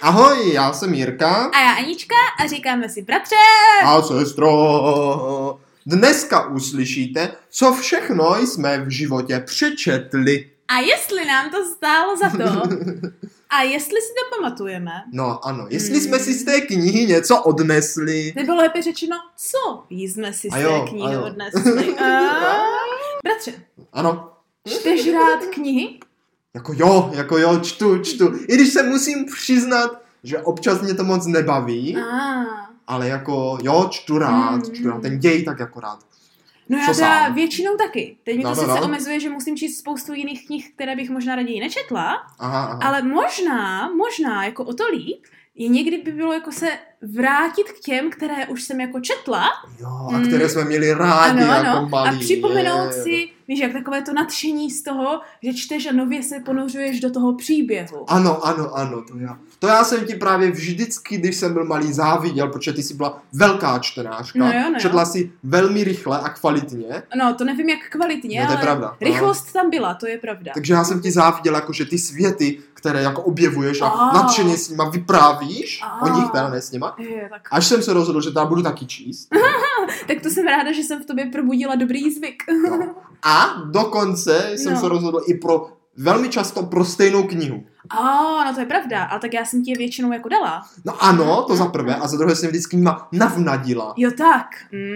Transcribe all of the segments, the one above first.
Ahoj, já jsem Jirka. A já Anička a říkáme si bratře. A sestro. Dneska uslyšíte, co všechno jsme v životě přečetli. A jestli nám to stálo za to. A jestli si to pamatujeme. No ano, jestli jsme si z té knihy něco odnesli. Nebo lépe řečeno, co jsme si z té knihy odnesli. Bratře. Ano. Čteš rád knihy? Jako jo, čtu. I když se musím přiznat, že občas mě to moc nebaví. Ale jako jo, čtu rád. Ten děj tak jako rád. No já teda většinou taky. Teď mi to sice omezuje, že musím číst spoustu jiných knih, které bych možná raději nečetla. Aha. Ale možná, jako o to líp, je někdy by bylo jako se vrátit k těm, které už jsem jako četla. Jo, a které jsme měli rádi jako malí. A připomenout si, víš, jak takové to nadšení z toho, že čteš a nově se ponořuješ do toho příběhu. Ano, to já jsem ti právě vždycky, když jsem byl malý, záviděl, protože ty jsi byla velká čtenářka. No jo. Četla si velmi rychle a kvalitně. No, to nevím jak kvalitně, no, to je ale pravda. rychlost tam byla, to je pravda. Takže já jsem ti záviděl, jakože ty světy, které jako objevuješ a nadšeně s nima vyprávíš, o nich teda ne s nima. Tak. Až jsem se rozhodl, že teda budu taky číst. Tak to jsem ráda, že jsem v tobě probudila dobrý zvyk. No. A dokonce jsem se rozhodl i velmi často pro stejnou knihu. No to je pravda, ale tak já jsem ti je většinou jako dala. No ano, to za prvé, a za druhé jsem vždycky nima navnadila. Jo tak.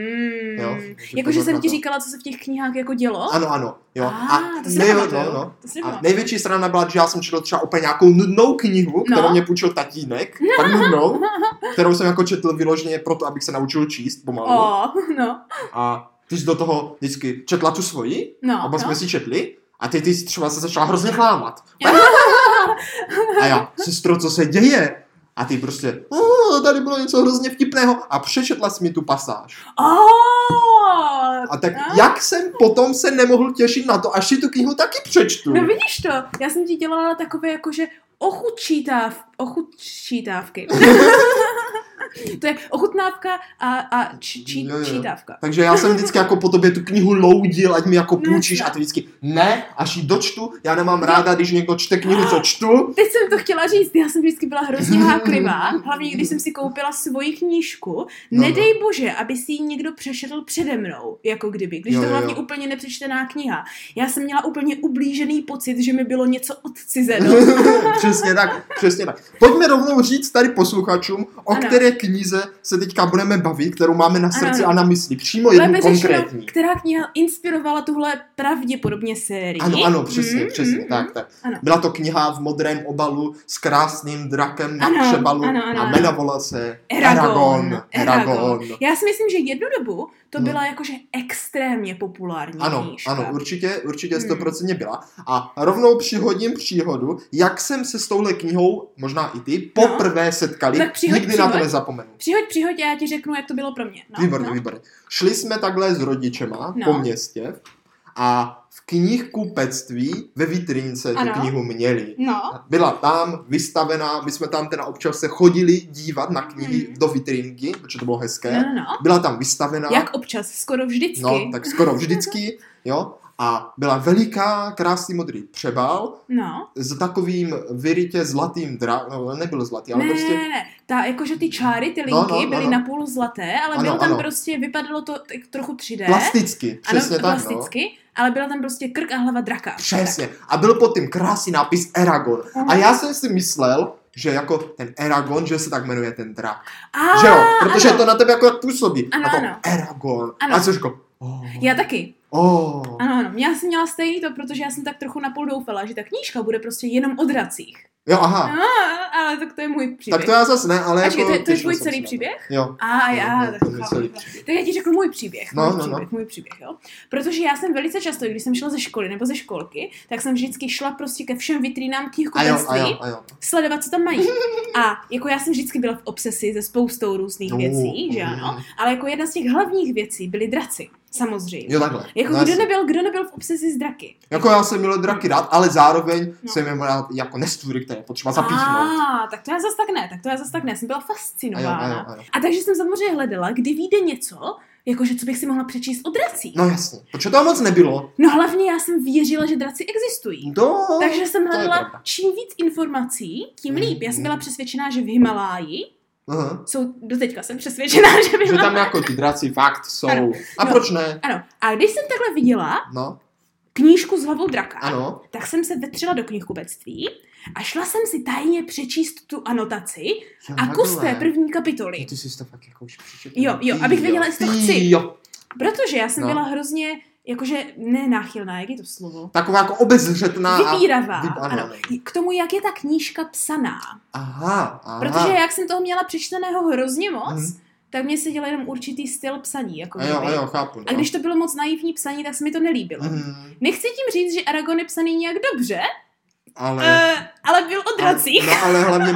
Jakože jsem ti říkala, co se v těch knihách jako dělo? Ano, jo. To si nepamatuju. A největší strana byla, že já jsem četl třeba úplně nějakou nudnou knihu, kterou mě půjčil tatínek, tak nudnou, kterou jsem jako četl vyloženě proto, abych se naučil číst pomalu. A ty jsi do toho vždycky četla tu svoji, a jsme si četli, a ty jsi třeba se začala hrozně chlámat. A já, sestro, co se děje? A ty prostě, tady bylo něco hrozně vtipného a přečetla jsi mi tu pasáž. A tak jak jsem potom se nemohl těšit na to, až si tu knihu taky přečtu? No vidíš to, já jsem ti dělala takové jakože ochutčítávky. To je ochutnávka a čítávka. Takže já jsem vždycky jako po tobě tu knihu loudil, ať mi jako půjčíš a ty vždycky ne, až ji dočtu, já nemám ráda, když někdo čte knihu, co čtu. Teď jsem to chtěla říct, já jsem vždycky byla hrozně háklivá, hlavně když jsem si koupila svoji knížku, nedej bože, aby si ji někdo přešetl přede mnou, jako kdyby, když to hlavně úplně nepřečtená kniha. Já jsem měla úplně ublížený pocit, že mi bylo něco odcizeno. Přesně tak. Pojďme rovnou říct tady posluchačům, o které knize se teďka budeme bavit, kterou máme na srdci a na mysli. Přímo jednu konkrétní. Která kniha inspirovala tuhle pravděpodobně sérii. Ano, přesně. Tak. Byla to kniha v modrém obalu s krásným drakem na přebalu a jmenovala se Eragon. Já si myslím, že jednu dobu to byla jakože extrémně populární knížka. Ano, určitě 100% byla. A rovnou přihodím příhodu, jak jsem se s touhle knihou, možná i ty, poprvé setkali. Nikdy na to nezapomenu. Přihoď a já ti řeknu, jak to bylo pro mě. Výborně. Šli jsme takhle s rodičema po městě a v knihkupectví ve vitrínce tu knihu měli. Byla tam vystavená, my jsme tam teda občas se chodili dívat na knihy do vitrínky, protože to bylo hezké. Byla tam vystavená. Jak občas, skoro vždycky. No, tak skoro vždycky, jo. A byla veliká, krásný modrý přebal s takovým vyrytě zlatým nebyl zlatý, ale prostě... Ne. Jakože ty čáry, ty linky byly napůl zlaté, ale bylo tam prostě, vypadalo to trochu 3D. Plasticky, přesně tak. Plasticky, ale byla tam prostě krk a hlava draka. Přesně. A byl pod tím krásný nápis Eragon. A já jsem si myslel, že jako ten Eragon, že se tak jmenuje ten drak. Že jo, protože to na tebe jako působí. Eragon. A co říkal? Já taky. Ano. Já jsem měla stejný to, protože já jsem tak trochu napůl doufala, že ta knížka bude prostě jenom o dracích. Jo, aha. Ale tak to je můj příběh. Tak to já zase ne, ale Počkej, jako... to je tvůj celý příběh? Jo. Tak já ti řeknu můj příběh. Můj příběh, jo. Protože já jsem velice často, když jsem šla ze školy nebo ze školky, tak jsem vždycky šla prostě ke všem vitrínám knihkupectví, sledovat, co tam mají. A jako já jsem vždycky byla v obsesi se spoustou různých věcí, že ano. Ale jako jedna z těch hlavních věcí byly draci. Samozřejmě. Jo, takhle. Jako kdo nebyl v obsesi s draky? Jako já jsem měl draky rád, ale zároveň jsem měl rád jako nestvůry, které potřeba zapíchnout. Tak to já zas tak ne. Jsem byla fascinována. A takže jsem samozřejmě hledala, kdy vyjde něco, jakože co bych si mohla přečíst o dracích. No jasně, protože toho moc nebylo. No hlavně já jsem věřila, že draci existují. Takže jsem hledala čím víc informací, tím líp. Já jsem byla přesvědčená, že v Himaláji jsou, doteďka jsem přesvědčená, že Že tam jako ty draci fakt jsou. Ano. A proč ne? Ano. A když jsem takhle viděla knížku s hlavou draka, tak jsem se vetřela do knihkupectví a šla jsem si tajně přečíst tu anotaci a kus té první kapitoly. Ty jsi to fakt jako už přečetla. Jo, abych věděla, jestli to chci. Protože já jsem byla hrozně, jakože nenáchylná, jak je to slovo? Taková jako obezřetná. Vypíravá. Ano. K tomu, jak je ta knížka psaná. Aha. Protože jak jsem toho měla přečteného hrozně moc, tak mě se dělal jenom určitý styl psaní. Jako jo, chápu. No. A když to bylo moc naivní psaní, tak se mi to nelíbilo. Nechci tím říct, že Eragon je psaný nějak dobře, ale byl o dracích. No ale hlavně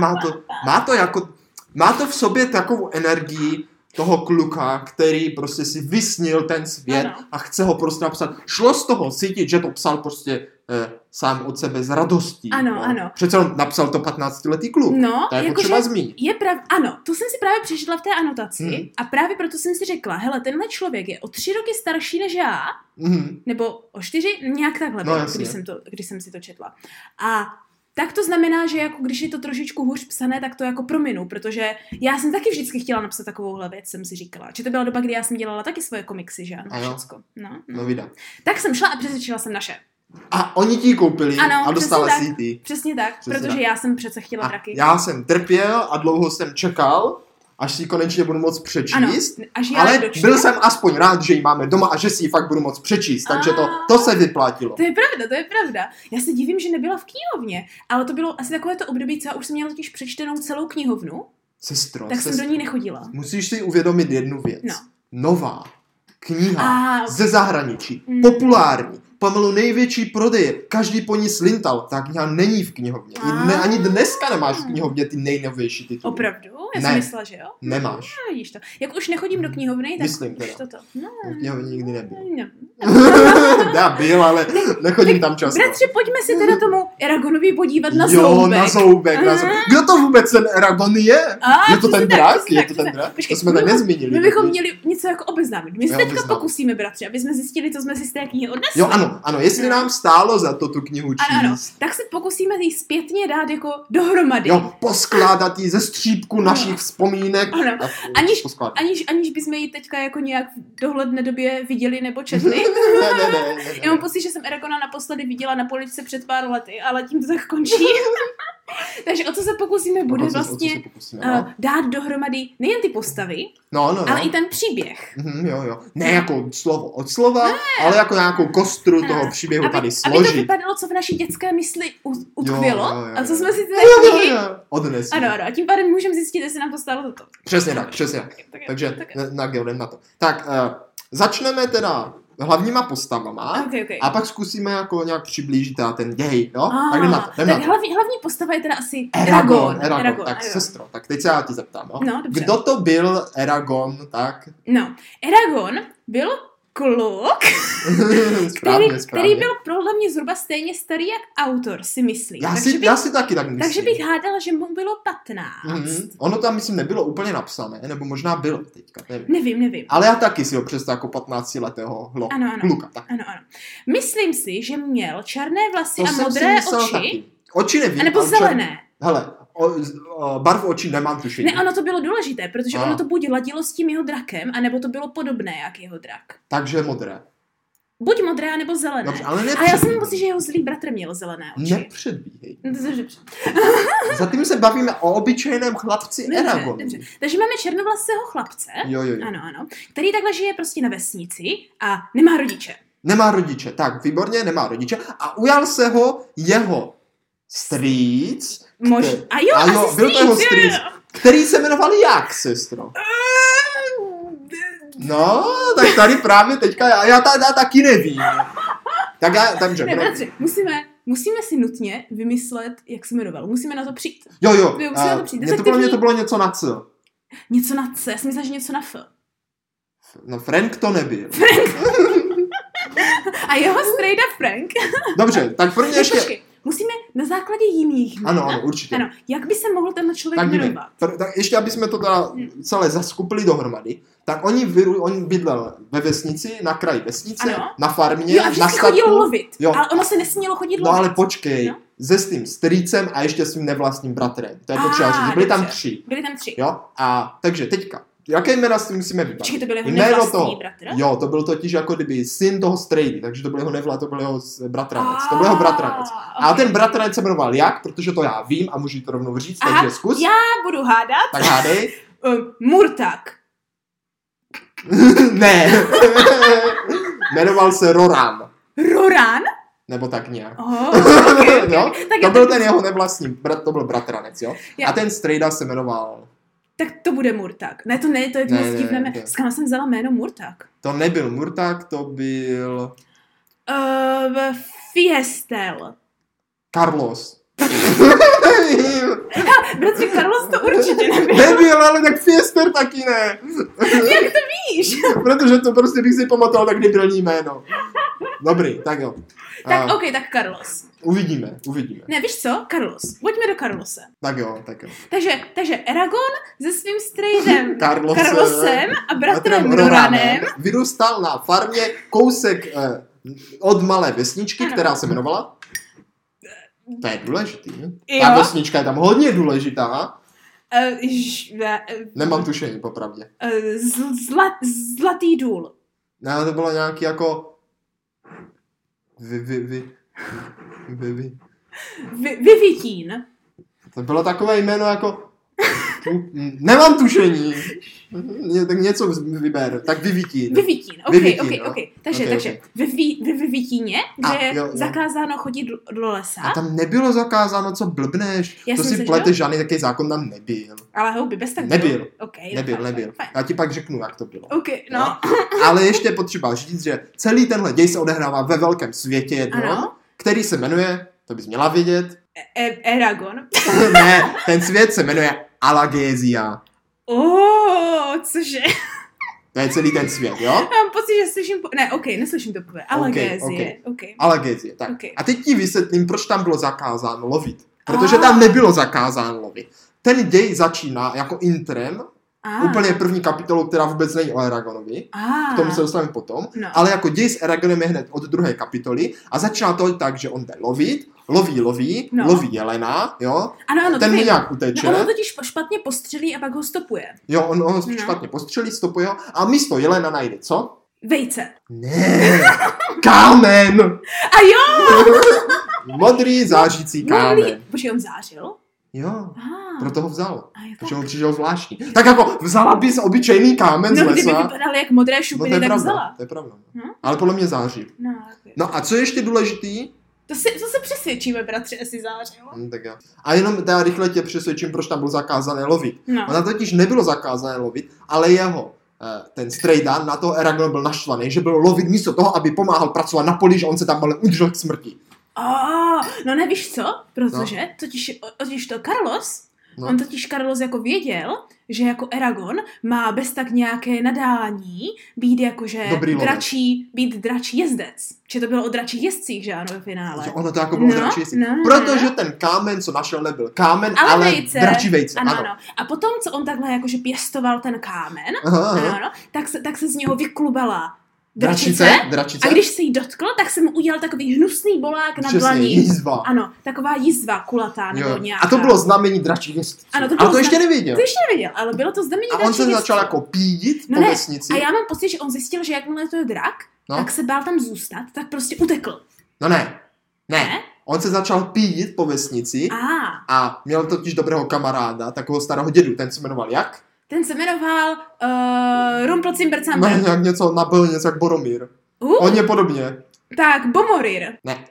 má to v sobě takovou energii toho kluka, který prostě si vysnil ten svět a chce ho prostě napsat. Šlo z toho cítit, že to psal prostě sám od sebe s radostí. Ano. Přece on napsal to 15letý kluk. No, to je jako třeba zmínit. Ano, to jsem si právě přečetla v té anotaci a právě proto jsem si řekla, hele, tenhle člověk je o 3 roky starší než já, nebo o 4, nějak takhle, když jsem si to četla. A tak to znamená, že jako když je to trošičku hůř psané, tak to jako prominu, protože já jsem taky vždycky chtěla napsat takovouhle věc, jsem si říkala. Že to byla doba, kdy já jsem dělala taky svoje komiksy, že ano, všecko. No. Vida. Tak jsem šla a přesvědčila jsem naše. A oni ti koupili a dostala si ty. Přesně tak, protože já jsem přece chtěla draky. Já jsem trpěl a dlouho jsem čekal, až si konečně budu moct přečíst, ale byl jsem aspoň rád, že ji máme doma a že si ji fakt budu moct přečíst, takže to se vyplatilo. To je pravda. Já se divím, že nebyla v knihovně, ale to bylo asi takové to období, co já už jsem měla totiž přečtenou celou knihovnu, jsem do ní nechodila. Musíš si uvědomit jednu věc. Nová kniha ze zahraničí, populární, pomalu největší prodej, každý po ní slintal, ta kniha není v knihovně. Ani dneska nemáš v knihovně ty nejnovější tituly. Opravdu? Já jsem myslela, že jo? Nemáš. No, vidíš to. Jak už nechodím do knihovny, tak myslím už toto. V knihovně nikdy nebyl. Já byl, ale nechodím tam často. Bratře, pojďme si teda tomu Eragonovi podívat na zoubek. Jo, na zoubek. Kdo to vůbec ten Eragon je? Je to ten drak? To jsme tak nezmínili. My bychom měli něco jako obeznámit. My se teďka pokusíme, bratře, aby jsme zjistili, co jsme si z té knihy odnesli. Jo, ano, jestli nám stálo za to tu knihu číst. Ano, tak se pokusíme jí zpětně dát jako dohromady. Jo, poskládat jí ze střípku našich vzpomínek. Ano, aniž bychom ji teďka jako nějak v dohledné době viděli nebo četli. Ne. Já mám pocit, že jsem Eragona naposledy viděla na poličce před pár lety, ale tím to tak končí. Takže o co se pokusíme, bude vlastně dát dohromady nejen ty postavy, ale i ten příběh. Jo. Ne jako slovo od slova, ale jako nějakou kostru toho příběhu tady složit. Aby to vypadalo, co v naší dětské mysli utkvělo a co jsme si tady odnesli. Ano, a tím pádem můžeme zjistit, jestli nám to stálo toto. Přesně tak. Takže jdem na to. Tak, začneme teda hlavníma postavama a pak zkusíme jako nějak přiblížit ten děj, jo? Tak jdem na to. Hlavní postava je teda asi Eragon. Tak sestro, tak teď se já ti zeptám, jo? No, kdo to byl Eragon, tak? No, Eragon byl kluk, který byl podle mě zhruba stejně starý jak autor, si myslím. Já si taky tak myslím. Takže bych hádala, že mu bylo 15. Ono tam, myslím, nebylo úplně napsané, nebo možná bylo teďka. Nevím. Ale já taky si ho představil jako 15letého kluka. Tak. Ano. Myslím si, že měl černé vlasy a modré oči. Taky. Oči nevím. A nebo zelené. Hele, barvu očí nemám tušení. Ne, ono to bylo důležité, protože ono to buď ladilo s tím jeho drakem, anebo to bylo podobné jak jeho drak. Takže modré. Buď modré, nebo zelené. Dobře, ale a já jsem měl pocit, že jeho zlý bratr měl zelené oči. Nepředbíhej. Zatím se bavíme o obyčejném chlapci Eragonu. Dobře. Takže máme černovlasého chlapce. Jo. Ano. Který takhle žije prostě na vesnici a nemá rodiče. Nemá rodiče, tak výborně, nemá rodiče. A ujal se ho jeho strýc. Byl to jeho strýc. Který se jmenoval jak, sestro? No, tak tady právě teďka, já taky nevím. Tak musíme si nutně vymyslet, jak se jmenoval. Musíme na to přijít. Jo. To bylo něco na C. Něco na C, já jsem myslela, že něco na F. No Frank to nebyl. A jeho strejda Frank. Dobře, tak prvně ještě... musíme na základě jiných jmen. Ano, určitě. Ano, jak by se mohl tenhle člověk jmenovat? Tak ještě, aby jsme to teda celé zaskupili dohromady, tak oni bydlel ve vesnici, na kraji vesnice, ano. Na farmě, jo, a na statku. chodil lovit, jo. Ale ono se nesmělo chodit lovit. No ale počkej, no? Se svým strýcem a ještě svým nevlastním bratrem. To je potřeba říct. Byli tam tři. Jo? A takže teďka. Jaké jména si musíme vybrat? Počkej, to byl jeho nevlastní bratr? Jo, to byl totiž jako kdyby syn toho strejdy, takže to byl jeho to byl jeho bratranec. To byl jeho bratranec. Okay. A ten bratranec se jmenoval jak? Protože to já vím a můžu to rovnou říct, takže zkus. Já budu hádat. Tak hádej. Murtak. Ne. Jmenoval se Roran. Roran? Nebo tak nějak. Okay. Jo? To byl ten jeho nevlastní, to byl bratranec, jo? A ten strejda se jmenoval... Tak to bude Murtak. Ne, to je to moc divné. S kam jsem vzala jméno Murtak? To nebyl Murtak, to byl... Fiestel. Carlos. Bratře, Carlos to určitě nebyl. Nebyl, ale tak Fiester taky ne. Jak to víš? Protože to prostě bych si pamatoval tak debilní jméno. Dobrý, tak jo. Tak ok, tak Carlos. Uvidíme. Ne, víš co? Carlos. Pojďme do Carlose. Tak jo. Takže Eragon se svým strejdem Carlosem a bratrem Roranem vyrůstal na farmě kousek od malé vesničky, která se jmenovala... To je důležitý, ne? Ta vesnička je tam hodně důležitá. Nemám tušení, popravdě. Zlatý důl. No, to bylo nějaký jako... Vyvitín. To bylo takové jméno jako... Nemám tušení. Tak něco vyber. Tak Vyvitín. Ok. Takže ve Vyvitíně, kde je zakázáno chodit do lesa. A tam nebylo zakázáno, co blbneš. To si pleteš, žádný takový zákon tam nebyl. Ale houby, bez tak nebyl. Okay, nebyl. Já ti pak řeknu, jak to bylo. No. Ale ještě je potřeba říct, že celý tenhle děj se odehrává ve velkém světě, který se jmenuje, to bys měla vědět. Eragon. Ne, ten svět se jmenuje Alagésia. Cože? To je celý ten svět, jo? Mám pocit, že slyším... neslyším to poprvé. Alagésie. Okay. Alagésie, tak. Okay. A teď ti vysvětlím, proč tam bylo zakázáno lovit. Protože tam nebylo zakázáno lovit. Ten děj začíná jako intrem, úplně první kapitolu, která vůbec není o Eragonovi. K tomu se dostaneme potom. No. Ale jako děj s Eragonem je hned od druhé kapitoly a začíná to tak, že on jde lovit, loví jelena, jo? Ano, ten mu nějak uteče. No, on totiž špatně postřelí a pak ho stopuje. Jo, on ho špatně postřelí, stopuje ho a místo jelena najde co? Vejce. Ne, kámen. A jo! Modrý zářící kámen. Počkej, on zářil? Jo, proto ho vzal. Protože on přišel zvláštní. Tak jako vzala bys obyčejný kámen z lesa. No, kdyby vypadaly jak modré šupiny, tak vzala. To je pravda. Ale podle mě září. No a co je ještě důležitý? To se přesvědčíme, bratře, jestli zářil. Tak jo. A jenom teda rychle tě přesvědčím, proč tam bylo zakázané lovit. Ona totiž nebylo zakázané lovit, ale jeho ten strejda na toho Eragona byl naštvaný, že bylo lovit místo toho, aby pomáhal pracovat na poli, že on se tam ale udržel k smrti. No nevíš co? Protože totiž to Carlos, on totiž Carlos jako věděl, že jako Eragon má bez tak nějaké nadání být jakože dračí jezdec. Že to bylo o dračích jezdcích, že ano, ve finále. Že ono to jako bylo o dračí jezdcích. Protože ten kámen, co našel, nebyl kámen, ale dračí vejce. Ano. A potom, co on takhle jakože pěstoval ten kámen, tak se z něho vyklubala dračice. A když se jí dotkl, tak se mu udělal takový hnusný bolák na dlaní. Jízva. Ano, taková jízva kulatá nebo nějaká. A to bylo znamení dračích jezdců. Ale to ještě nevěděl. To ještě nevěděl, ale bylo to znamení dračích jezdců. A on se začal jako pídit po vesnici. A já mám pocit, že on zjistil, že jakmile to je drak, tak se bál tam zůstat, tak prostě utekl. No ne. On se začal pídit po vesnici a měl totiž dobrého kamaráda, takového starého dědu, ten se jmenoval jak? Ten se jmenoval Rumpelcimbercamber. No, nějak něco jak Boromír. Hodně podobně. Tak, Bomorir. Ne.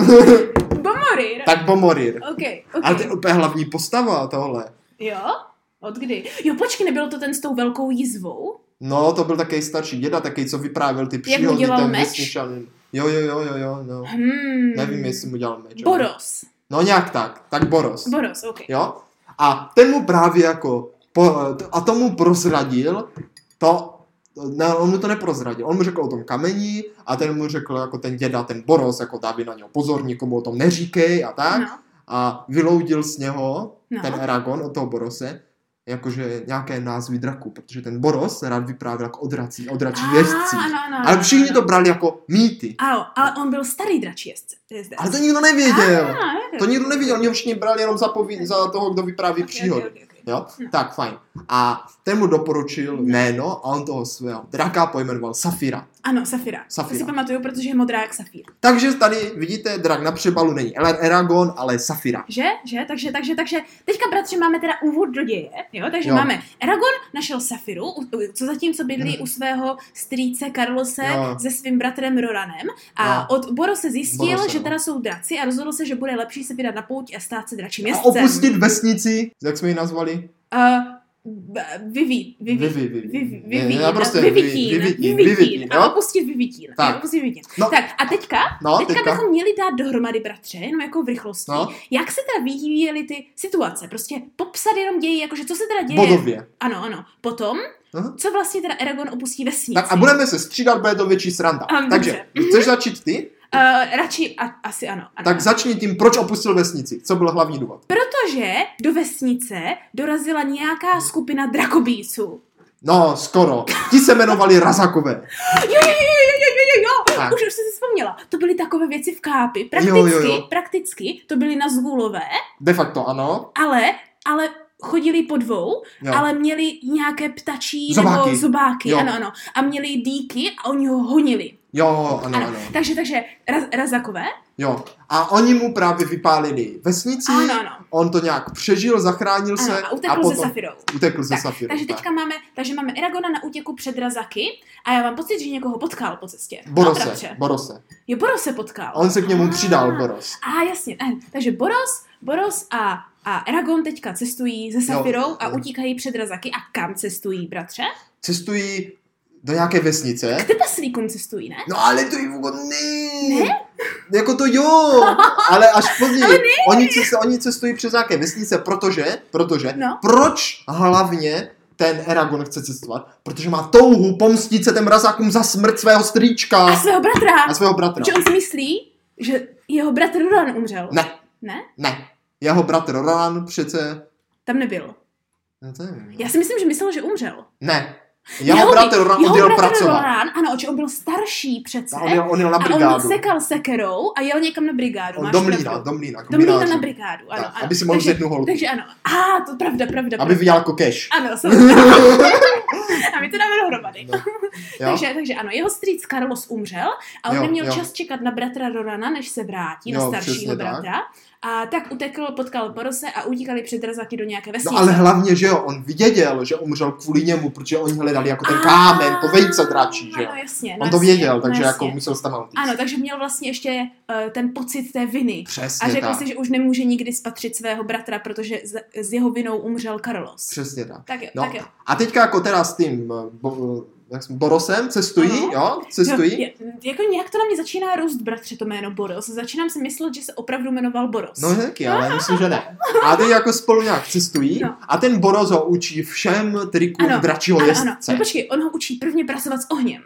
Bomorir. Tak Bomorir. Okay. Ale to je úplně hlavní postava tohle. Jo? Od kdy? Jo, počkej, nebylo to ten s tou velkou jízvou? No, to byl takový starší děda, takový, co vyprávěl ty příhody. Jak mu dělal meč? Jo. No. Nevím, jestli mu dělal meč. Boros. No nějak tak. Tak Boros. Boros, ok. Jo? A ten mu právě jako... a tomu prozradil to, on mu to neprozradil. On mu řekl o tom kameni a ten mu řekl jako ten děda, ten Boros, jako dávě na něho pozor, nikomu o tom neříkej a tak. No. A vyloudil z něho ten Eragon od toho Borose, jakože nějaké názvy draků, protože ten Boros rád vyprávěl jako o dračí jezdci. Ale všichni to brali jako mýty. Ale on byl starý dračí jezdce. Ale to nikdo nevěděl. To nikdo nevěděl, oni ho všichni brali jenom za toho, kdo vypráví příhody. Jo? No. Tak, fajn. A ten mu doporučil jméno a on toho svého draka pojmenoval Safira. Ano, Safira. To si pamatuju, protože je modrá jak safír. Takže tady vidíte, drak na přebalu není Eragon, ale Safira. Že? Takže teďka, bratře, máme teda úvod do děje, jo? Takže máme Eragon našel Safiru, zatímco bydlí u svého strýce Carlose se svým bratrem Roranem a od Borose zjistil, že teda jsou draci a rozhodl se, že bude lepší se vydat na pouť a stát se dračím jezdcem. A opustit vesnici, jak jsme ji nazvali? Vyvitín. A opustit Vyvitín. Tak a teďka bychom měli dát dohromady, bratře, jenom jako v rychlosti. Jak se teda vyvíjely ty situace? Prostě popsat jenom ději, jakože co se teda děje. Bodově. Ano. Potom, co vlastně teda Eragon opustí vesnici. Tak a budeme se střídat, bude to větší sranda. Takže, chceš začít ty? Radši asi ano. Tak začni tím, proč opustil vesnici. Co byl hlavní důvod? Protože do vesnice dorazila nějaká skupina drakobíců. No, skoro. Ti se jmenovali Razakové. Jo. Už jsem si vzpomněla. To byly takové věci v kápi. Prakticky to byly Nazgulové. De facto ano. Ale chodili po dvou, ale měli nějaké ptačí nebo zobáky. Ano. A měli dýky a oni ho honili. Jo, ano. Takže Razakové. Jo. A oni mu právě vypálili vesnici. Ano. On to nějak přežil, zachránil se. A utekl se Safirou. Takže teďka máme Eragona na útěku před Razaky a já mám pocit, že někoho potkal po cestě. Borose. Jo, Borose potkal. On se k němu přidal, Boros. Jasně. Takže Boros a Eragon teďka cestují se Safirou a utíkají před Razaky. A kam cestují, bratře? Cestují do nějaké vesnice. K trpaslíkům cestují, ne? No ale to je vůbec ne? Jako to jo, ale až později. Oni cestují přes nějaké vesnice, protože proč hlavně ten Eragon chce cestovat? Protože má touhu pomstit se těm Razákům za smrt svého strýčka. A svého bratra. Že on si myslí, že jeho bratr Roran umřel. Ne. Jeho bratr Roran přece... Tam nebyl. Já si myslím, že myslel, že umřel. Ne. Jeho bratr Roran odjel pracovat. Ano, on byl starší přece. On jel na brigádu. A on sekal sekerou a jel někam na brigádu. Do mlýna na brigádu, ano. Aby si mohl vzít jednu holku. Takže ano. To pravda. Aby vydělal jako cash. Ano, a my to dáme dohromady. Takže ano, jeho strýc Carlos umřel a on neměl čas čekat na bratra Rorana, než se vrátí, na staršího bratra. A tak potkal Borose a utíkali před Razaky do nějaké vesnice. No ale hlavně, že jo, on věděl, že umřel kvůli němu, protože oni hledali jako ten kámen, to vejce dračí, že jo. On to věděl, takže jako musel stamat. Ano, takže měl vlastně ještě ten pocit té viny. Přesně a řekl si, že už nemůže nikdy spatřit svého bratra, protože s jeho vinou umřel Carlos. Přesně tak. Tak jo. A teďka jako teda s tím Borosem cestují. Jako nějak to na mě začíná růst, bratře, to jméno Boros. Začínám si myslet, že se opravdu jmenoval Boros. No taky, ale myslím, že ne. A teď jako spolu nějak cestují a ten Boros ho učí všem trikům dračího jezdce. No počkej, on ho učí prvně pracovat s ohněm.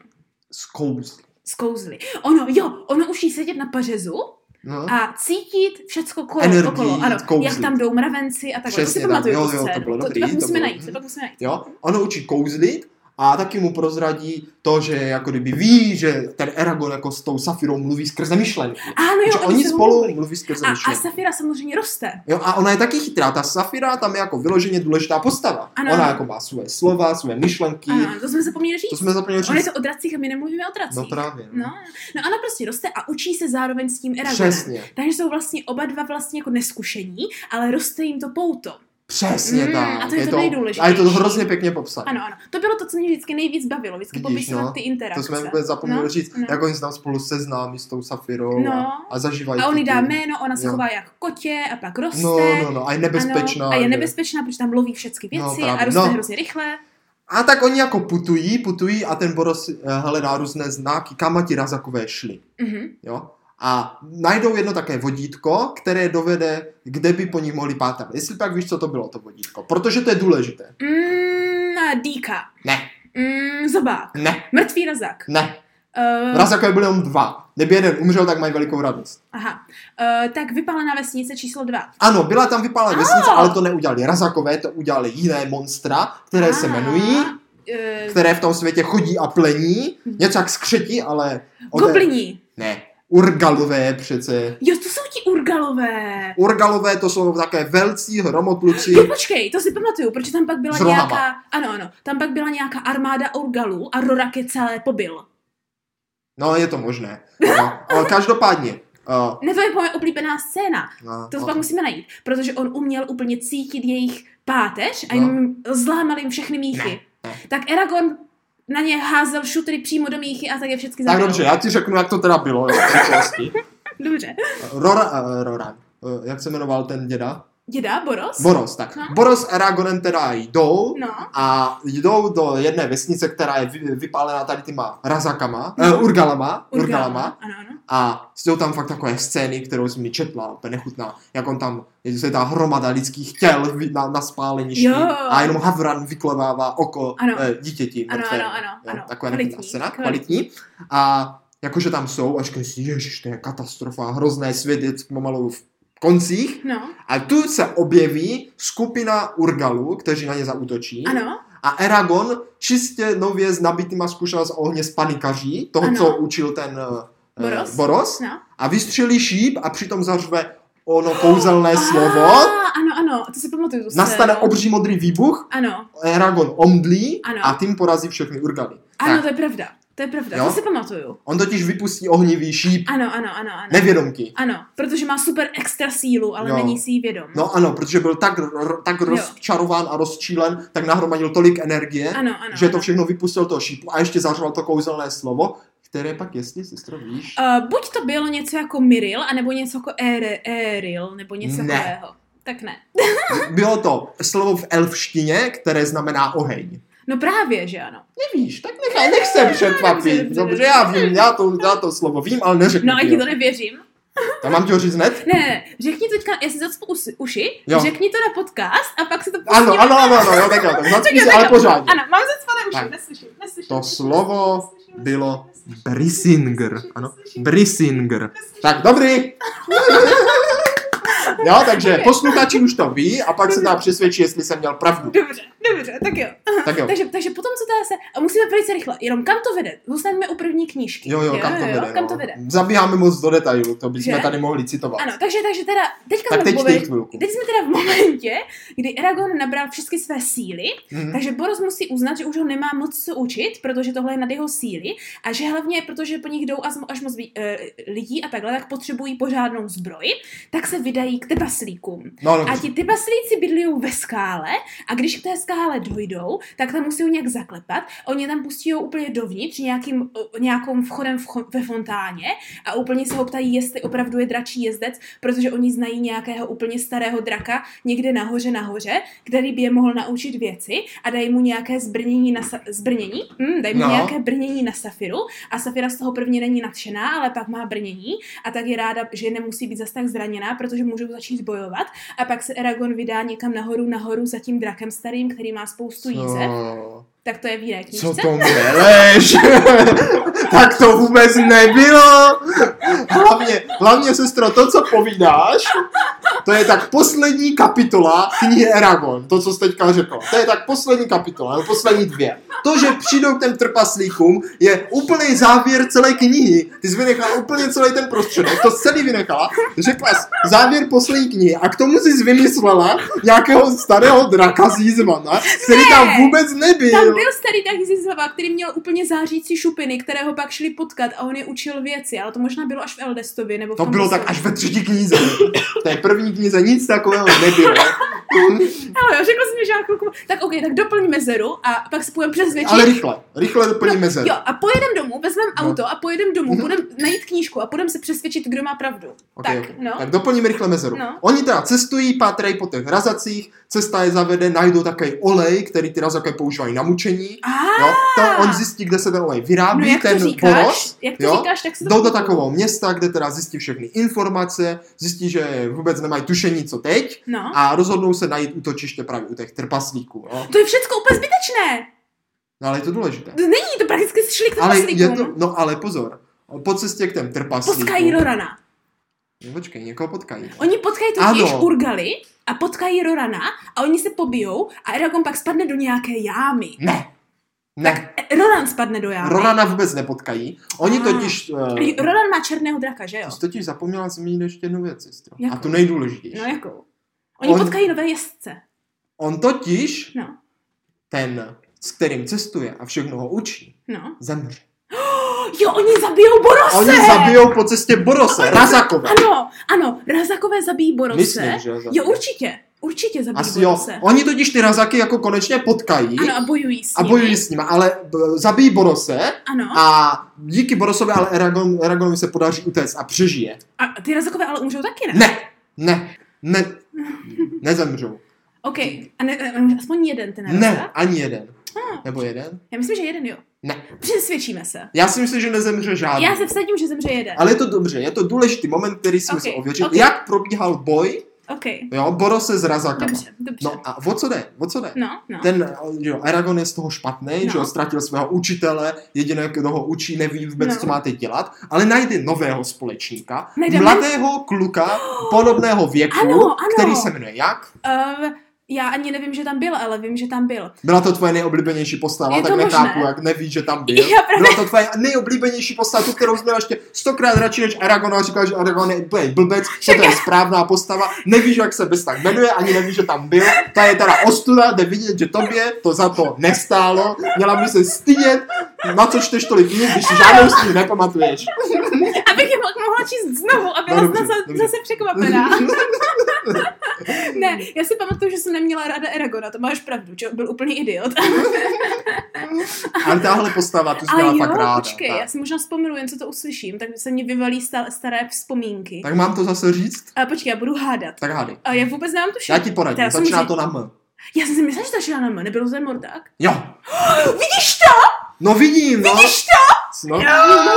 S kouzly. On ho učí sedět na pařezu. A cítit všecko okolo. Ano, jak tam jdou mravenci a takhle. To si pamatuju. To bylo dobrý. To musíme najít. Jo, on ho učí kouzlit a taky mu prozradí to, že jako kdyby ví, že ten Eragon jako s tou Safirou mluví skrze myšlenky. Ano, oni spolu mluví skrze myšlenky. A Safira samozřejmě roste. Jo, a ona je taky chytrá. Ta Safira tam je jako vyloženě důležitá postava. Ona jako má své slova, své myšlenky. Ano, to jsme zapomněli říct. On je to o dracích a my nemluvíme o dracích. No právě. No, ona prostě roste a učí se zároveň s tím Eragonem. Přesně. Takže jsou vlastně oba dva vlastně jako neskušení, ale roste jim to pouto. Přesně tak. A to je to nejdůležitější. A je to hrozně pěkně popsané. Ano. To bylo to, co mě vždycky nejvíc bavilo. Vždycky popisovat ty interakce. To jsme vůbec zapomněli říct, jak oni se tam spolu seznámí s tou Safirou a zažívají. A on jí dá jméno, ona se chová jak kotě a pak roste. No. A je nebezpečná. A je nebezpečná, protože tam loví všechny věci a roste hrozně rychle. A tak oni jako putují a ten Boros hledá různé znaky, kam ti Razakové šli. Jo? A najdou jedno také vodítko, které dovede, kde by po nich mohli pátrat. Jestli pak víš, co to bylo, to vodítko. Protože to je důležité. Dýka. Ne. Zobák. Ne. Mrtvý razák. Ne. Razakové byly jenom 2. Kdyby jeden umřel, tak mají velikou radost. Aha. Tak vypálená vesnice číslo 2. Ano, byla tam vypálená vesnice, ale to neudělali Razakové, to udělali jiné monstra, které se jmenují, které v tom světě chodí a plení. Něco jak skřetí, ale... Goblini. Ne. Urgalové přece. Jo, to jsou ti Urgalové. Urgalové to jsou také velcí hromotluci. Jo, počkej, to si pamatuju, protože tam pak byla nějaká... Ano, tam pak byla nějaká armáda Urgalů a Rorak je celé pobil. No, je to možné. No, ale každopádně. Ne, to je moje oblíbená scéna. To pak musíme najít, protože on uměl úplně cítit jejich páteř a jenom zlámal jim všechny míchy. Ne. Tak Eragon na ně házel šutry přímo do míchy a tak je všechny zabil. Tak dobře, já ti řeknu, jak to teda bylo. Dobře. Roran. Jak se jmenoval ten děda? Děda? Boros? Boros, tak. No. Boros s Eragonem teda jdou a jdou do jedné vesnice, která je vypálená tady těma razakama, Urgalama. Ano. A jsou tam fakt takové scény, kterou jsem mi četla, to je nechutná, jak on tam, je ta hromada lidských těl na spáleništi a jenom Havran vyklevává oko dítěti. Ano. Takové nechutná scéna, kvalitní. A jakože tam jsou, a říkají si, ježiš, to je katastrofa, hrozné svět, pomalu v koncích. No. A tu se objeví skupina Urgalů, kteří na ně zaútočí. Ano. A Eragon čistě nově s nabitýma zkušenost ohně spanikaří, toho, co učil ten Boros. No. A vystřelí šíp a přitom zařve ono kouzelné slovo. Ano, to si pamatuju. Nastane obří modrý výbuch. Ano. Eragon omdlí a tím porazí všechny Urgaly. Ano, to je pravda. To je pravda, to si pamatuju. On totiž vypustí ohnivý šíp. Ano. Nevědomky. Ano, protože má super extra sílu, ale není si jí vědom. No ano, protože byl tak rozčarován a rozčílen, tak nahromadil tolik energie, že to všechno vypustil toho šípu a ještě zařval to kouzelné slovo, které pak, jestli, sestro, víš? Buď to bylo něco jako Myril, anebo něco jako Eril, nebo něco takového. Tak ne. Bylo to slovo v elfštině, které znamená oheň. No právě, že ano. Nevíš, tak nech se překvapit. Dobře, já vím, já to slovo vím, ale neřeknu. No a ti to nevěřím. To mám ti ho říct hned? Ne, řekni teďka, já si zacpu uši, řekni to na podcast a pak se to pustíme. Ano, jo, tak zacpu si, ale pořádně. Ano, mám zacpané uši, neslyším. To slovo bylo Brisinger, ano, Brisinger. Tak, dobrý. Jo, takže posluchači už to ví a pak se dá přesvědčit, jestli jsem měl pravdu. Dobře, tak jo. Takže potom, co teda se... A musíme velice rychle, jenom kam to vede? Zůstaneme u první knížky. Jo, kam to vede. Zabíháme moc do detailu, to bychom tady mohli citovat. Ano, takže teda, teď jsme teda v momentě, kdy Eragon nabral všechny své síly, takže Boros musí uznat, že už ho nemá moc co učit, protože tohle je nad jeho síly a že hlavně, protože po nich jdou až moc lidí a takhle, tak potřebují pořádnou zbroj, tak se vydají k tepaslíkům. A ti tepaslíci bydlí ve skále a když k té skále dojdou, tak tam musí nějak zaklepat. Oni tam pustí úplně dovnitř nějakým vchodem ve fontáně a úplně se ho ptají, jestli opravdu je dračí jezdec, protože oni znají nějakého úplně starého draka někde nahoře, který by je mohl naučit věci a dají mu nějaké nějaké brnění na Safiru a Safira z toho prvně není nadšená, ale pak má brnění a tak je ráda, že nemusí být zas tak zraněná, protože můžou začít bojovat a pak se Eragon vydá někam nahoru za tím drakem starým, který má spoustu jízev. Tak to je v jiné knížce. Co to meleš? Tak to vůbec nebylo. Hlavně, sestro, to, co povídáš, to je tak poslední kapitola knihy Eragon. To, co jsi teďka řekl. To je tak poslední kapitola, nebo poslední 2. To, že přijdou k těm trpaslíkům, je úplný závěr celé knihy. Ty jsi vynechala úplně celý ten prostředek, to celý vynechala, řekla jsi závěr poslední knihy a k tomu jsi vymyslela nějakého starého draka z Jízvana, který tam vůbec nebyl. Tam byl starý drak z Jízvana, který měl úplně zářící šupiny, kterého pak šli potkat a on je učil věci, ale to možná bylo až v Eldestovi. Nebo v to bylo tak až ve 3. knize. V té první knize nic takového nebylo. Ale řekl jsi mi, že jako... Tak ok, tak doplň mezeru a pak si půjdeme přesvědčit. Ale rychle doplň mezeru. Jo, a pojedem domů, vezmeme auto a pojedem domů, půjdeme najít knížku a půjdeme se přesvědčit, kdo má pravdu. Okay. Tak doplníme rychle mezeru. Oni teda cestují, pátrají po těch razacích, cesta je zavede, najdou takový olej, který ty razaké používají na mučení. Jo, to on zjistí, kde se ten olej vyrábí, ten Boros. Jak to říkáš, tak se jdou do takového města, kde teda zjistí všechny informace, zjistí, že vůbec nemají tušení, co teď a rozhodnou se najít útočiště právě u těch trpaslíků. Jo. To je všecko úplně zbytečné. No ale je to důležité. To není, to prakticky šli k trpaslíkům. No ale pozor, po cestě k těm trpaslíkům. Potkají Rorana. No, počkej, někoho potkají. Oni potkají totiž Urgali a potkají Rorana a oni se pobijou a Eragon pak spadne do nějaké jámy. Ne. Tak Roran spadne do jámy. Rorana vůbec nepotkají. Oni totiž... Roran má černého draka, že jo? Ty jsi totiž zapomněla zmínit ještě jednu věc, sestro. A tu nejdůležitější. No jakou? Oni potkají nové jezdce. On totiž, ten, s kterým cestuje a všechno ho učí, zemře. Jo, oni zabijou Borose! Oni zabijou po cestě Borose, Razakové. Ano, Razakové zabijí Borose. Myslím, že jo, určitě zabíjí asi Borose. Jo. Oni totiž ty Razaky jako konečně potkají. Ano, a bojují s nimi. Ale zabijí Borose. Ano. A díky Borosovi ale Eragonovi se podaří utéct a přežije. A ty Razakové ale umřou taky, ne? Ne. Nezemřou. OK, a aspoň jeden ten Razak? Ne, ani jeden. Nebo jeden? Já myslím, že jeden jo. Ne. Přesvědčíme se. Já si myslím, že nezemře žádný. Já se vsadím, že zemře jeden. Ale je to dobře, je to důležitý moment, který si musím ověřit. Jak probíhal boj jo, Borose s Razakama. Dobře. No a o co jde? No. Ten Eragon je z toho špatný, že ztratil svého učitele, jediné, kdo ho učí, neví vůbec, co má teď dělat, ale najde nového společníka, mladého kluka podobného věku, který se jmenuje jak? Já ani nevím, že tam byl, ale vím, že tam byl. Byla to tvoje nejoblíbenější postava, tak nechápu, jak nevíš, že tam byl. Byla to tvoje nejoblíbenější postava, tu, kterou jsi ještě 100krát radši než Aragona, a říkal, že Aragon je blbec, že to je správná postava, nevíš, jak se bez tak jmenuje, ani nevíš, že tam byl. To je teda ostuda, jde vidět, že tobě to za to nestálo. Měla by se stydět, na co čteš tolik knih, když si žádnou z nich nepamatuješ. Abych je mohla číst znovu a byla zase překvapená. Ne, já si pamatuju, že jsem neměla ráda Eragona, to máš pravdu, že byl úplně idiot. Ale tahle postava, tu jsi měla fakt ráda. Počkej, já si možná vzpomenu, jen co to uslyším, tak se mě vyvalí staré vzpomínky. Tak mám to zase říct? Počkej, já budu hádat. Tak hádej. A já vůbec nemám tušit. Já ti poradím, začíná to na M. Já jsem si myslela, že začíná na M, nebylo to ten Mordák? Jo. Vidíš to? No vidím, no. Vidíš to? No.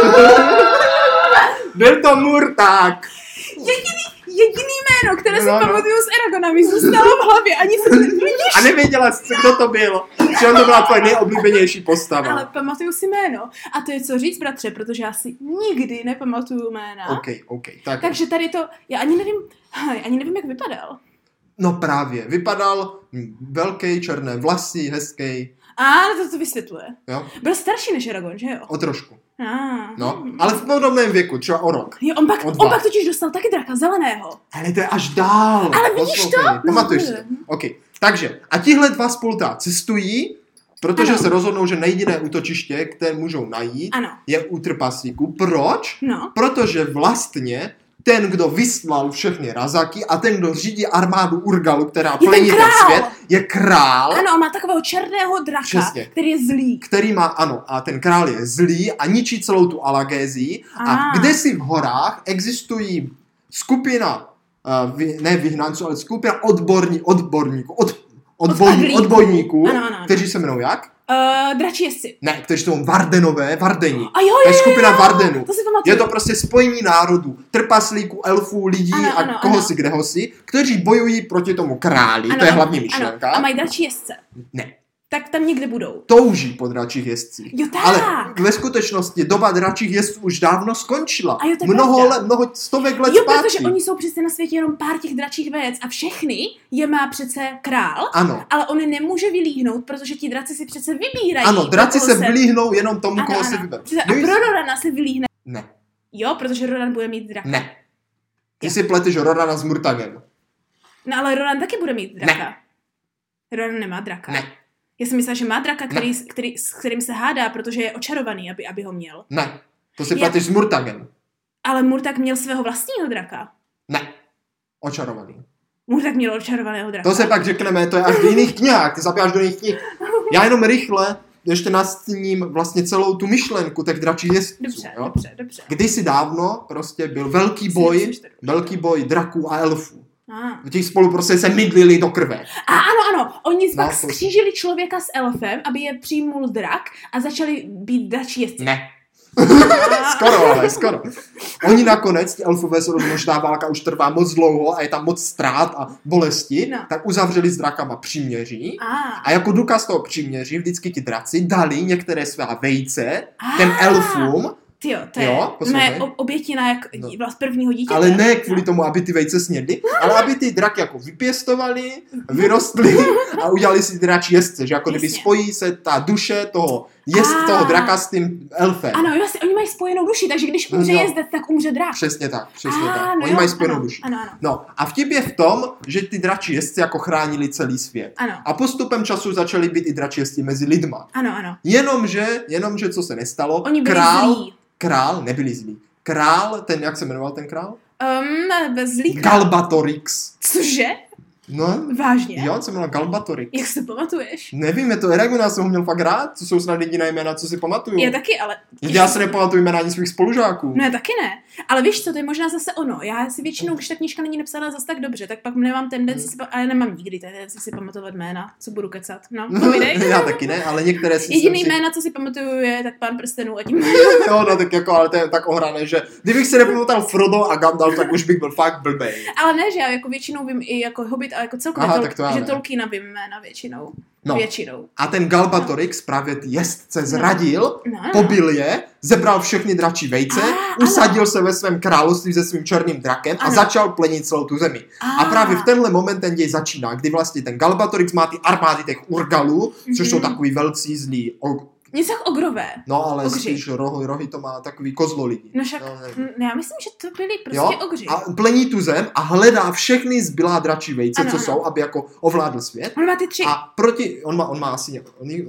Byl to Murták. Jediný jméno, které si pamatuju z Eragona, mi zůstalo v hlavě, ani se nevidíš. A nevěděla jsi, kdo to byl. Že on to byla tvoje nejoblíbenější postava. Ale pamatuju si jméno. A to je co říct, bratře, protože já si nikdy nepamatuju jména. OK. Takže tady to, já ani nevím, jak vypadal. No právě, vypadal velký, černé vlasy, hezký. To vysvětluje. Jo? Byl starší než Eragon, že jo? O trošku. No, ale v podobném věku, třeba o rok. Jo, on pak totiž dostal taky draka zeleného. Ale to je až dál. Ale vidíš to? Pamatuješ si to. OK, takže a tihle dva spolu cestují, protože se rozhodnou, že nejediné útočiště, které můžou najít, je u trpaslíků. Proč? No. Protože vlastně ten, kdo vyslal všechny Razaky a ten, kdo řídí armádu Urgalu, která plní ten svět, je král. Ano, a má takového černého draka, přesně, který je zlý. Který má, a ten král je zlý a ničí celou tu Alagézii. A kdesi v horách existují skupina, ne vyhnanců, ale skupina odbojníků, kteří se jmenují jak? Dračí jezdci. Ne, kteří jsou Vardeni. To je skupina Vardenů. To si pamatuju. Je to prostě spojení národů, trpaslíků, elfů, lidí kdehosi, kteří bojují proti tomu králi. To je hlavní myšlenka. A mají dračí jezdce. Ne. Tak tam někde budou. Touží po dračích jezdcích. Jo, tak. Ale ve skutečnosti doba dračích jezdců už dávno skončila. Mnoho stovek let zpátky. Jo, protože oni jsou přece na světě jenom pár těch dračích vejec a všechny je má přece král. Ano. Ale on nemůže vylíhnout, protože ti draci si přece vybírají. Ano, draci se vylíhnou jenom tomu, koho se vyberou. A pro Rorana se vylíhne. Ne. Jo, protože Roran bude mít draka. Ne. Ty si pleteš Rorana s Murtagem. No, ale Roran taky bude mít draka. Ne. Roran nemá draka. Ne. Já jsem myslela, že má draka, s kterým se hádá, protože je očarovaný, aby ho měl. Ne, to si pleteš s Murtagem. Ale Murtag měl svého vlastního draka. Ne, očarovaný. Murtag měl očarovaného draka. To se pak řekneme, to je až v jiných knihách, ty zabíjáš do jiných knih. Já jenom rychle ještě nastíním vlastně celou tu myšlenku těch dračích jezdců. Dobře. Kdysi dávno prostě byl velký boj draků a elfů. Ti spolu prostě se mydlili do krve. Ano. Oni pak skřížili člověka s elfem, aby je přijmul drak a začali být dračí jezdci. Ne. Skoro. Oni nakonec, ti elfové se rozhodnou, že ta válka už trvá moc dlouho a je tam moc ztrát a bolesti, tak uzavřeli s drakama příměří. A jako důkaz toho příměří vždycky ti draci dali některé svá vejce těm elfům. Tyjo, to je mé obětina jak prvního dítěte. Ale ne kvůli tomu, aby ty vejce snědli, ale aby ty draky jako vypěstovali, vyrostli a udělali si ty dračí jezdce, že jako kdyby spojí se ta duše toho draka s tím elfem. Ano, vlastně, oni mají spojenou duši, takže když umře jezdec, tak umře drak. Přesně tak. Oni mají spojenou duši. Ano. No a vtip je v tom, že ty dračí jezdci jako chránili celý svět. Ano. A postupem času začaly být i dračí jezdci mezi lidma. Ano. Jenomže co se nestalo? Oni byli zlí. Král, nebyli zlí. Král, jak se jmenoval ten král? Zlý král. Galbatorix. Cože? No. Vážně? Jo, on se jmenoval Galbatorix. Jak si to pamatuješ? Nevím, je to Eragon, já jsem ho měl fakt rád, to jsou snad jediná jména, co si pamatuju. Já taky, ale... Já si nepamatuju jména ani svých spolužáků. No já taky ne. Ale víš co, to je možná zase ono. Já si většinou, když ta knížka není napsána zase tak dobře, tak pak nemám tendenci ale nemám nikdy tendenci si pamatovat jména, co budu kecat. No, povídej. Já taky ne, ale některé si... Jediný jména, co si pamatuju, je tak Pán prstenů a tím. Jo, no tak jako, ale to je tak ohrané, že kdybych si nepamatoval Frodo a Gandalf, tak už bych byl fakt blbej. Ale ne, že já jako většinou vím i jako Hobbit a jako celkově že Tolkiena vím jména většinou. No. Většinou. A ten Galbatorix právě ty jezdce zradil, pobil je, zebral všechny dračí vejce, usadil se ve svém království se svým černým drakem a začal plenit celou tu zemi. A právě v tenhle moment ten děj začíná, kdy vlastně ten Galbatorix má ty armády těch Urgalů, což jsou takový velcí zlí něco jak ogrové. No, ale spíš rohy to má takový kozlo lidi. No však, já myslím, že to byli prostě ogři. A plení tu zem a hledá všechny zbylá dračí vejce, co jsou, aby jako ovládl svět. On má ty 3. A on má asi,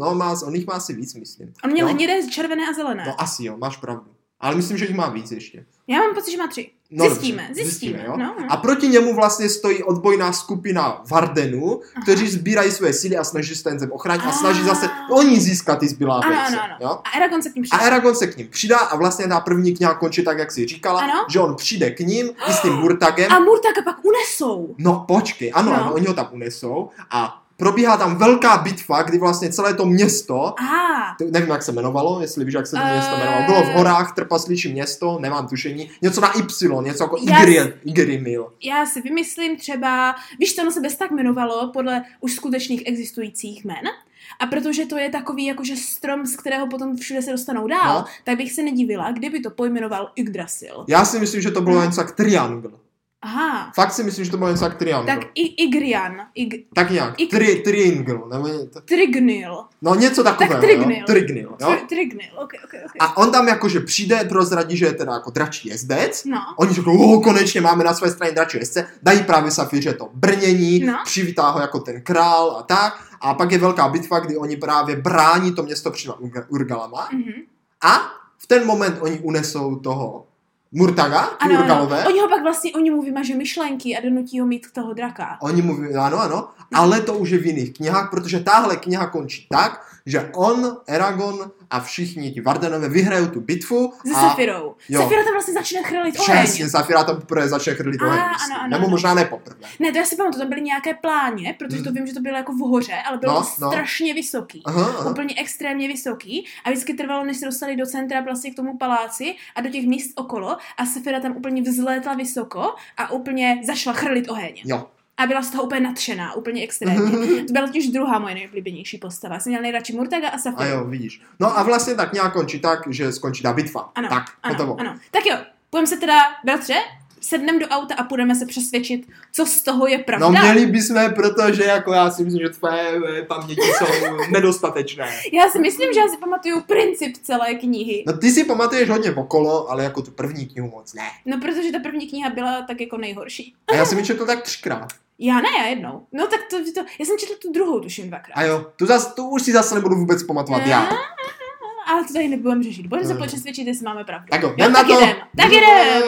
on jich má asi víc, myslím. On měl hnědé, červené a zelené. No asi jo, máš pravdu. Ale myslím, že jich má víc ještě. Já mám pocit, že má 3. Zjistíme. Jo? No. A proti němu vlastně stojí odbojná skupina Vardenů, kteří sbírají své síly a snaží se ten zem ochránit a snaží zase oni získat ty zbylá vejce. Jo? A Eragon se k ním přidá a vlastně ta první kniha končí tak, jak jsi říkala, že on přijde k ním i s tím Murtagem. A Murtaga pak unesou. No počkej, ano, oni ho tam unesou a probíhá tam velká bitva, kdy vlastně celé to město, nevím, jak se jmenovalo, jestli víš, jak se to město jmenovalo, bylo v horách, trpasličí město, nemám tušení, něco na Y, něco jako Igerimil. Já si vymyslím třeba, víš, to ono se bez tak jmenovalo podle už skutečných existujících jmen, a protože to je takový jakože strom, z kterého potom všude se dostanou dál, tak bych se nedivila, kdyby to pojmenoval Yggdrasil. Já si myslím, že to bylo něco jak Triangle. Aha. Fakt si myslím, že to bylo něco jak Triangle. Tak Igrian. Tak nějak. Triangle. Trignil. No něco takového. Tak Trignil. Trignil, jo? Trignil, okay. A on tam jakože přijde, prozradí, že je teda jako dračí jezdec. No. Oni řeknou, konečně máme na své straně dračí jezdce. Dají právě Safíře to brnění, přivítá ho jako ten král a tak. A pak je velká bitva, kdy oni právě brání to město před Urgalama. A v ten moment oni unesou toho Murtaga, ty Urgalové. Oni mu vymažou myšlenky a donutí ho mít toho draka. Oni mu ano, ale to už je v jiných knihách, protože tahle kniha končí tak, že on, Eragon a všichni ti Vardenové vyhrajou tu bitvu. Se Safirou. Safira tam vlastně začne chrlit oheň. Přesně, Safira tam poprvé začne chrlit oheň. Nebo možná ne poprvé. Ne, to já si pamatuju, tam byly nějaké pláně, protože to vím, že to bylo jako v hoře, ale bylo strašně vysoký. Aha. Úplně extrémně vysoký. A vždycky trvalo, než se dostali do centra vlastně k tomu paláci a do těch míst okolo. A Safira tam úplně vzlétla vysoko a úplně začala chrlit oheň. Jo. A byla z toho úplně nadšená, úplně extrémně. To byla totiž druhá moje nejoblíbenější postava. Já jsem měla nejradši Murtaga a Safiru. A jo, vidíš. No a vlastně tak nějak končí tak, že skončí ta bitva. Ano, tak, ano. Tak jo, půjdeme se teda, bratře, sedneme do auta a půjdeme se přesvědčit, co z toho je pravda. No měli bychom, protože jako já si myslím, že tvé paměti jsou nedostatečné. Já si myslím, že já si pamatuju princip celé knihy. No ty si pamatuješ hodně okolo, ale jako tu první knihu moc ne. No protože ta první kniha byla tak jako nejhorší. A já jsem ji četl tak 3krát. Já jednou. No tak to já jsem četla tu druhou, tuším 2krát. A jo, tu už si zase nebudu vůbec pamatovat já. Ale to tady nebudeme řešit. Budeme se přesvědčit, jestli máme pravdu. Tak jo, jdem na to. Tak jdem.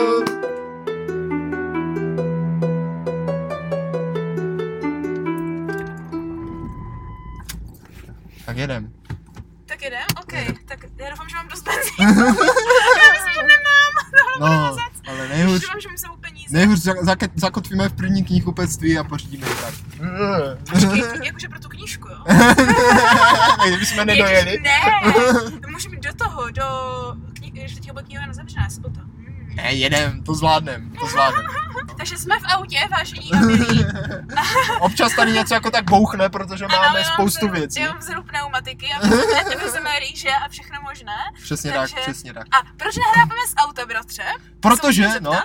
Tak jedem. OK. Tak já doufám, že mám dost benzínu. Já myslím, že nemám. No, ale nejhůř. Doufám, že mi jsou peníze. Nejhůř zakotvíme v první knihkupectví a pořídíme ji tak. Jakože pro tu knížku, jo? Tak kdybychom nedojeli. Ne, můžeme do toho, když teď bude knihovna zavřená, sobota. Ne, jedem, to zvládnem. Takže jsme v autě, vážení a milí. Občas tady něco jako tak bouchne, protože máme spoustu věcí. Já mám vzadu pneumatiky a vezeme rýže a všechno možné. Přesně tak. A proč nehrábeme z auta, bratře? Protože,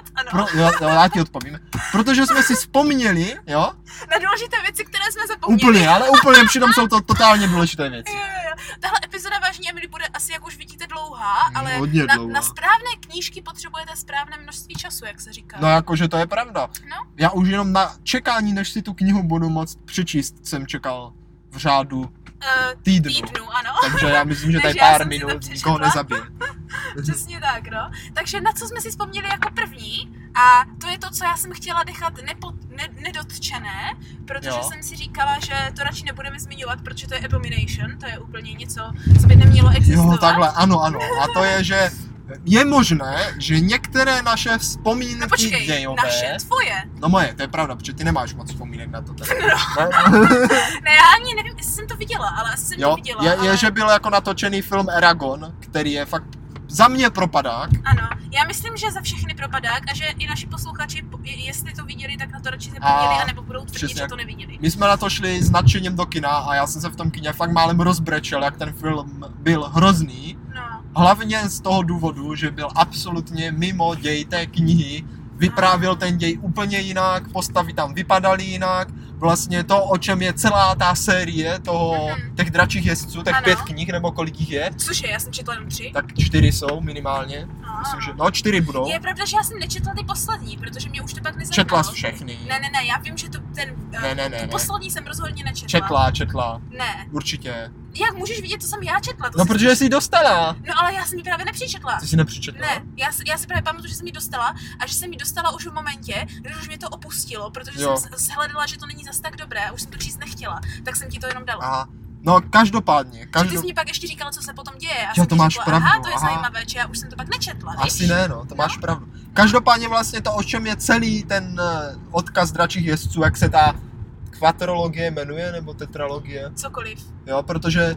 já ti odpovím. Protože jsme si vzpomněli, jo? Na důležité věci, které jsme zapomněli. Úplně, přitom jsou to totálně důležité věci. Jo. Tahle epizoda, vážení a milí, bude asi, jak už vidíte, dlouhá, ale na správné knížky potřebujete správné množství času, jak se říká. No jakože to je pravda. No? Já už jenom na čekání, než si tu knihu budu moct přečíst, jsem čekal v řádu týdnu, ano. Takže já myslím, že tady pár minut nikoho nezabije. Přesně tak, no. Takže na co jsme si vzpomněli jako první, a to je to, co já jsem chtěla nechat nedotčené, protože jsem si říkala, že to radši nebudeme zmiňovat, protože to je Abomination, to je úplně něco, co by nemělo existovat. Jo, takhle, ano. A to je, že je možné, že některé naše vzpomínky dějové... naše, tvoje. No moje, to je pravda, protože ty nemáš moc vzpomínek na to. Ne, já ani nevím, jestli jsem to viděla, ale asi jsem to viděla. Je, že byl jako natočený film Eragon, který je fakt za mě propadák. Ano, já myslím, že za všechny propadák a že i naši posluchači, jestli to viděli, tak na to radši zapomněli, anebo budou tvrdit, že to neviděli. My jsme na to šli s nadšením do kina a já jsem se v tom kině fakt málem rozbrečel, jak ten film byl hrozný. No. Hlavně z toho důvodu, že byl absolutně mimo děj té knihy, vyprávěl ten děj úplně jinak, postavy tam vypadaly jinak, vlastně to, o čem je celá ta série těch dračích jezdců, těch 5 knih, nebo kolik jich je. Cože, já jsem četla jenom 3. Tak 4 jsou minimálně. Myslím, že 4 budou. Je pravda, že já jsem nečetla ty poslední, protože mě už to pak nezajímalo. Četla jsi všechny. Ne, já vím, že ty poslední jsem rozhodně nečetla. Četla. Ne. Určitě. Jak můžeš vidět, co jsem já četla? No, protože jsi ji dostala. No, ale já jsem ji právě nepřečetla. Ty jsi nepřečetla? Ne, já si právě pamatuju, že jsem ji dostala a že jsem ji dostala už v momentě, když už mě to opustilo, protože jsem shledala, že to není zas tak dobré a už jsem to číst nechtěla, tak jsem ti to jenom dala. Aha. No, každopádně. Ty jsi mi pak ještě říkala, co se potom děje. Jo, to máš pravdu. Aha, to je zajímavé, že já už jsem to pak nečetla, Asi víš? ne, to máš pravdu. Každopádně vlastně to, o čem je celý ten odkaz dračích jezdců, jak se ta kvaterologie jmenuje, nebo tetralogie. Cokoliv. Jo, protože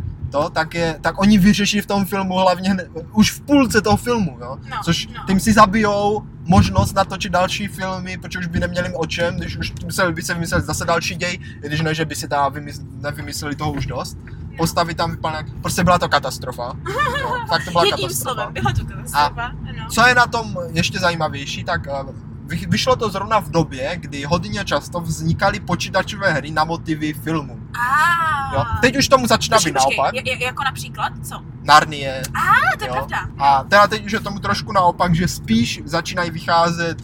tak oni vyřeší v tom filmu hlavně už v půlce toho filmu, jo. Což tím si zabijou možnost natočit další filmy, protože už by neměli o čem, když už by se vymysleli zase další děj, když ne, že by si nevymysleli toho už dost. Postavy tam vypadaly, prostě byla to katastrofa. Jo, fakt to byla jedním slovem, byla to katastrofa, ano. Co je na tom ještě zajímavější, tak vyšlo to zrovna v době, kdy hodně často vznikaly počítačové hry na motivy filmu. Jo? Teď už tomu začíná být naopak. Jako například, co? Narnie. To je pravda. A teda teď už je tomu trošku naopak, že spíš začínají vycházet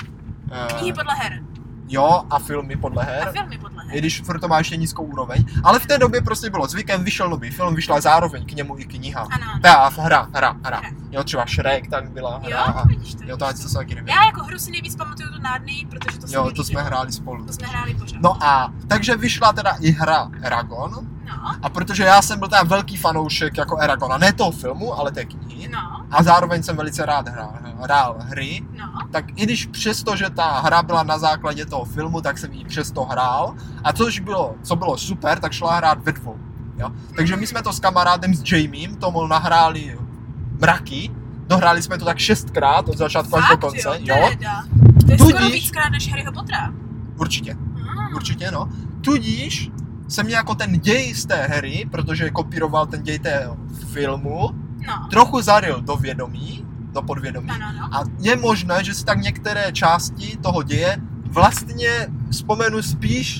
knihy podle her. Jo, a filmy podle her. I když furt to má ještě nízkou úroveň. Ale v té době prostě bylo zvykem, vyšel nový film, vyšla zároveň k němu i kniha. Hra. Jo, třeba Shrek, tak byla hra. Jo, vidíš to. Jo, to se taky nevím. Já jako hru si nejvíc pamatuju tu Narnii, protože to to jsme hráli spolu. To jsme hráli pořád. No a takže vyšla teda i hra Eragon. No. A protože já jsem byl teda velký fanoušek jako Eragona, ne toho filmu, ale té knihy. No. A zároveň jsem velice rád hrál hry. No. Tak i když přesto, že ta hra byla na základě toho filmu, tak jsem ji přesto hrál. A co bylo super, tak šla hrát ve dvou. Jo? Takže my jsme to s kamarádem, s Jamiem, tomu nahráli mraky. Dohráli jsme to tak 6krát od začátku až do konce. Jo? To je skoro víckrát než Harryho Pottera. Určitě, no. Tudíž se mě jako ten děj z té hry, protože kopíroval ten děj té filmu, trochu zaryl do podvědomí. No. A je možné, že si tak některé části toho děje vlastně vzpomenu spíš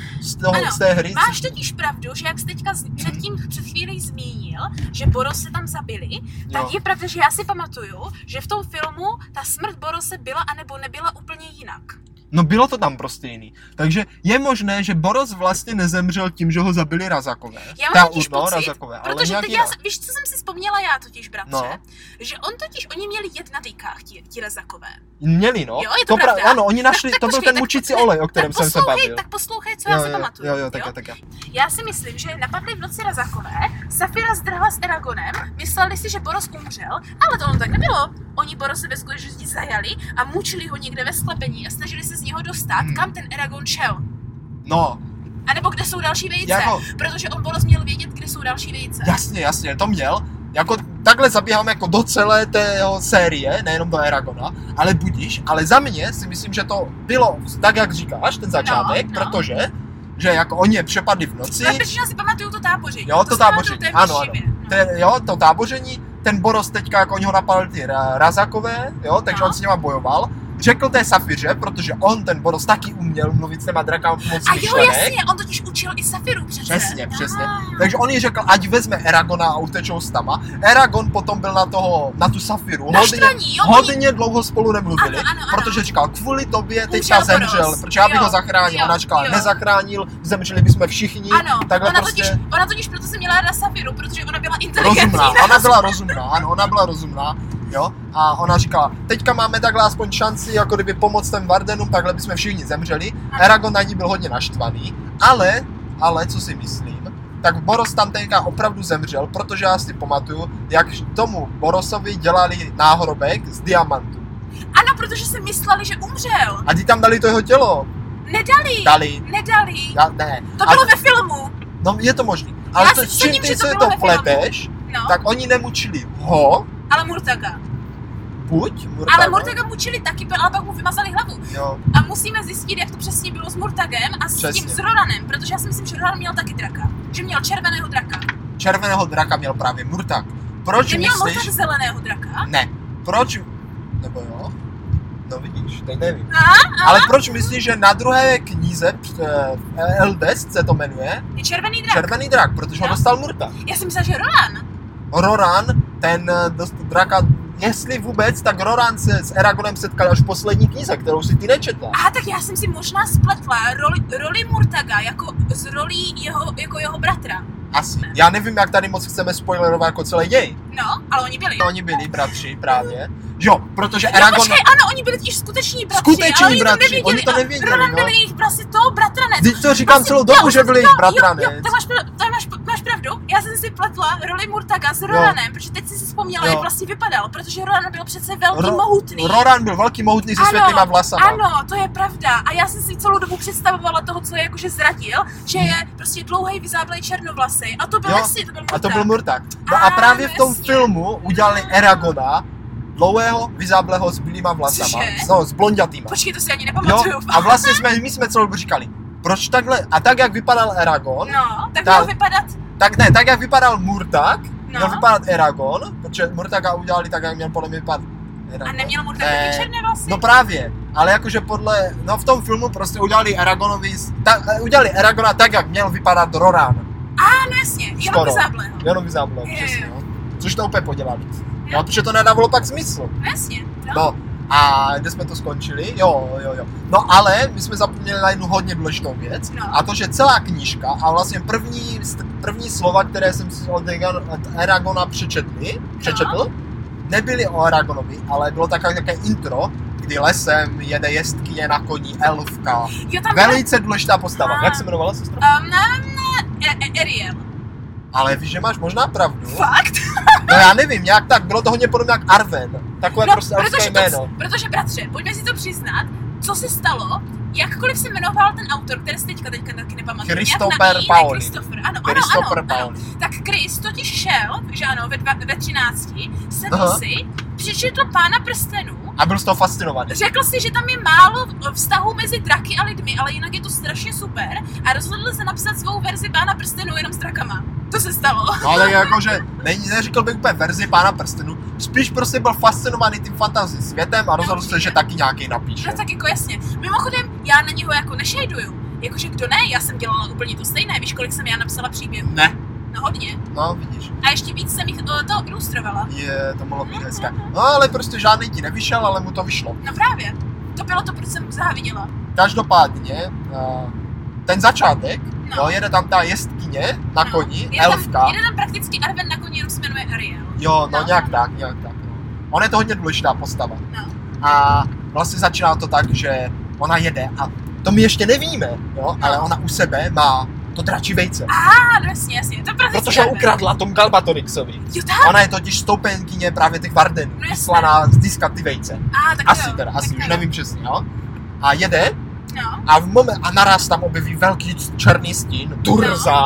z té hry. Máš totiž pravdu, že jak jsi teďka před chvílí zmínil, že Borose tam zabili, tak je pravda, že já si pamatuju, že v tom filmu ta smrt Borose byla anebo nebyla úplně jinak. No bylo to tam prostě jiný. Takže je možné, že Boros vlastně nezemřel tím, že ho zabili Razakové. Já mám totiž pocit, Razakové, protože teď víš, co jsem si vzpomněla já totiž, bratře? Že oni měli jed na dýkách, ti Razakové. Měli, no. Jo, je to pravda? Ano, oni našli, to byl ten mučící olej, o kterém jsem se bavil. Tak poslouchej, co já si pamatuju. Jo, tak. Já si myslím, že napadli v noci Razakové, Safira zdrhla s Eragonem, mysleli si, že Boros umřel, ale to tak nebylo. Oni Borose ve skutečnosti zajali a mučili ho někde ve sklepení a snažili se z něho dostat, kam ten Eragon šel. No. A nebo kde jsou další vejce, protože on Boros měl vědět, kde jsou další vejce. Jasně, to měl. Jako takhle zabíháme jako do celé té série, nejenom do Aragona, ale budíš, ale za mě si myslím, že to bylo tak, jak říkáš, ten začátek, protože že jako oni je přepadli v noci. Já si pamatuju to táboření. Jo, to táboření, ano. To táboření, ten Boros teďka, jako oni ho napadli ty Razakové, jo, takže on s nima bojoval. Řekl té Safiře, protože on, ten Boros, taky uměl mluvit s těma drakama pomocí myšlenek. A jo, jasně, on totiž učil i Safiru přece. Přesně. Takže on jí řekl, ať vezme Aragona a utečou s tama. Aragon potom byl na tu Safiru. Hodně dlouho spolu nemluvili, protože říkal, kvůli tobě teďka zemřel, protože já bych ho zachránil. Ona říkala, nezachránil, zemřeli bychom všichni. Takhle ona totiž proto se měla ráda Safiru, protože ona byla inteligentní. Ona byla rozumná. Jo? A ona říkala, teďka máme takhle aspoň šanci, jako kdyby pomoct těm Vardenům, takhle bychom všichni zemřeli. Aragon na ní byl hodně naštvaný, ale co si myslím, tak Boros tam tenka opravdu zemřel, protože já si pamatuju, jak tomu Borosovi dělali náhrobek z diamantu. Ano, protože si mysleli, že umřel. A ty tam dali to jeho tělo. Nedali. Ne. To bylo ve filmu. No, je to možný. Ale čím ty se to pleteš, tak oni nemučili ho, ale Murtaga. Murtaga. Ale Murtaga mučili taky, ale pak mu vymazali hlavu. Jo. A musíme zjistit, jak to přesně bylo s Murtagem a s tím s Roranem, protože já si myslím, že Roran měl taky draka. Že měl červeného draka. Červeného draka měl právě Murtag. Proč měl myslíš? Murtag zeleného draka? Ne. Proč? Nebo jo? No vidíš, teď nevím. Ale proč myslíš, že na druhé knize Eldest se to jmenuje? Je červený drak. Červený drak, protože ho dostal Murtag. Já jsem myslela, že Roran, ten draka, jestli vůbec, tak Roran se s Aragonem setkal až v poslední knize, kterou si ty nečetla. Tak já jsem si možná spletla roli Murtaga z rolí jeho bratra. Asi. Já nevím, jak tady moc chceme spoilerovat jako celý děj. No, ale oni byli. Oni byli bratři právě. Jo, protože Aragon... Počkej, ano, oni byli totiž skuteční bratři. Oni to nevěděli, Roran byl jejich vlastně toho bratranec. Teď to říkám celou dobu, že byl jejich bratranec. Jo, tak máš pravdu. Já jsem si pletla roli Murtaga s Roranem, protože teď jsem si vzpomněla, jak vlastně vypadal, protože Roran byl přece velký mohutný. Roran byl velký mohutný se světlýma vlasama. Ano, to je pravda. A já jsem si celou dobu představovala toho, co je jakože zradil, že je prostě dlouhej, vyzáblej černovlasy. A to byl Murtag. A to byl Murtag. No a právě v tom filmu udělali Aragona, dlouhého, vyzáblého s bílýma vlasama, s blondětýma. Počkej, to si ani nepamatuju. A vlastně my jsme celou dobu říkali, proč takhle, a tak jak vypadal Aragon, tak měl vypadat... Tak jak vypadal Murtag, měl vypadat Aragon, protože Murtaga udělali tak, jak měl podle mě vypadat Aragon. A neměl Murtag taky černé vlasy? No právě, ale jakože v tom filmu prostě udělali Aragona tak, jak měl vypadat Roran. No jasně, jenom vyzáblého, přesně, no. Což to úplně podělali. No, protože to nedávalo pak smysl. Jasně, no. A kde jsme to skončili? Jo. No ale my jsme zapomněli na jednu hodně důležitou věc. A to, že celá knížka a vlastně první slova, které jsem si od Aragona přečetl, nebyly o Aragonovi, ale bylo také intro, kdy lesem jede jestkyně na koni elfka. Velice důležitá postava. Jak se jmenovala, sestra? Ariel. Ale víš, že máš možná pravdu. Fakt? No já nevím, nějak tak, bylo to hodně podobné jak Arwen. Takové prostě elfské jméno. Protože bratře, pojďme si to přiznat, co se stalo, jakkoliv se jmenoval ten autor, který se teďka taky nepamatuju. Christopher Paolini. Ano. Tak Chris totiž šel, že ano, ve 13, sedl si, přečetl Pána prstenů. A byl z toho fascinovaný. Řekl si, že tam je málo vztahů mezi draky a lidmi, ale jinak je to strašně super a rozhodl se napsat svou verzi Pána prstenů jenom s drakama. To se stalo. No tak jakože, neříkal bych úplně verzi Pána prstenů, spíš prostě byl fascinovaný tím fantasy světem a rozhodl se, že taky nějaký napíše. No tak jako jasně. Mimochodem, já na něho jako nešejduju. Jakože kdo ne, já jsem dělala úplně to stejné, víš, kolik jsem já napsala příběhů? Ne. No hodně. No, vidíš. A ještě víc jsem jich to ilustrovala. To mohlo být hezké. No ale prostě žádný ti nevyšel, ale mu to vyšlo. No právě. To bylo to, proč jsem záviděla. Každopádně, ten začátek, jede tam ta jestkyně na koni, elfka. Jede tam prakticky Arwen na koni, jenom se jmenuje Ariel. Jo, nějak tak. Ona je to hodně důležitá postava. No. A vlastně začíná to tak, že ona jede a to my ještě nevíme, ale ona u sebe má to dračí vejce. No jasně, to protože ho ukradla Tom Galbatorixovi. Ona je totiž stoupenkyně právě těch Vardenů, vyslaná získat ty vejce. Asi už nevím přesně, A jede a naraz tam objeví velký černý stín, Durza,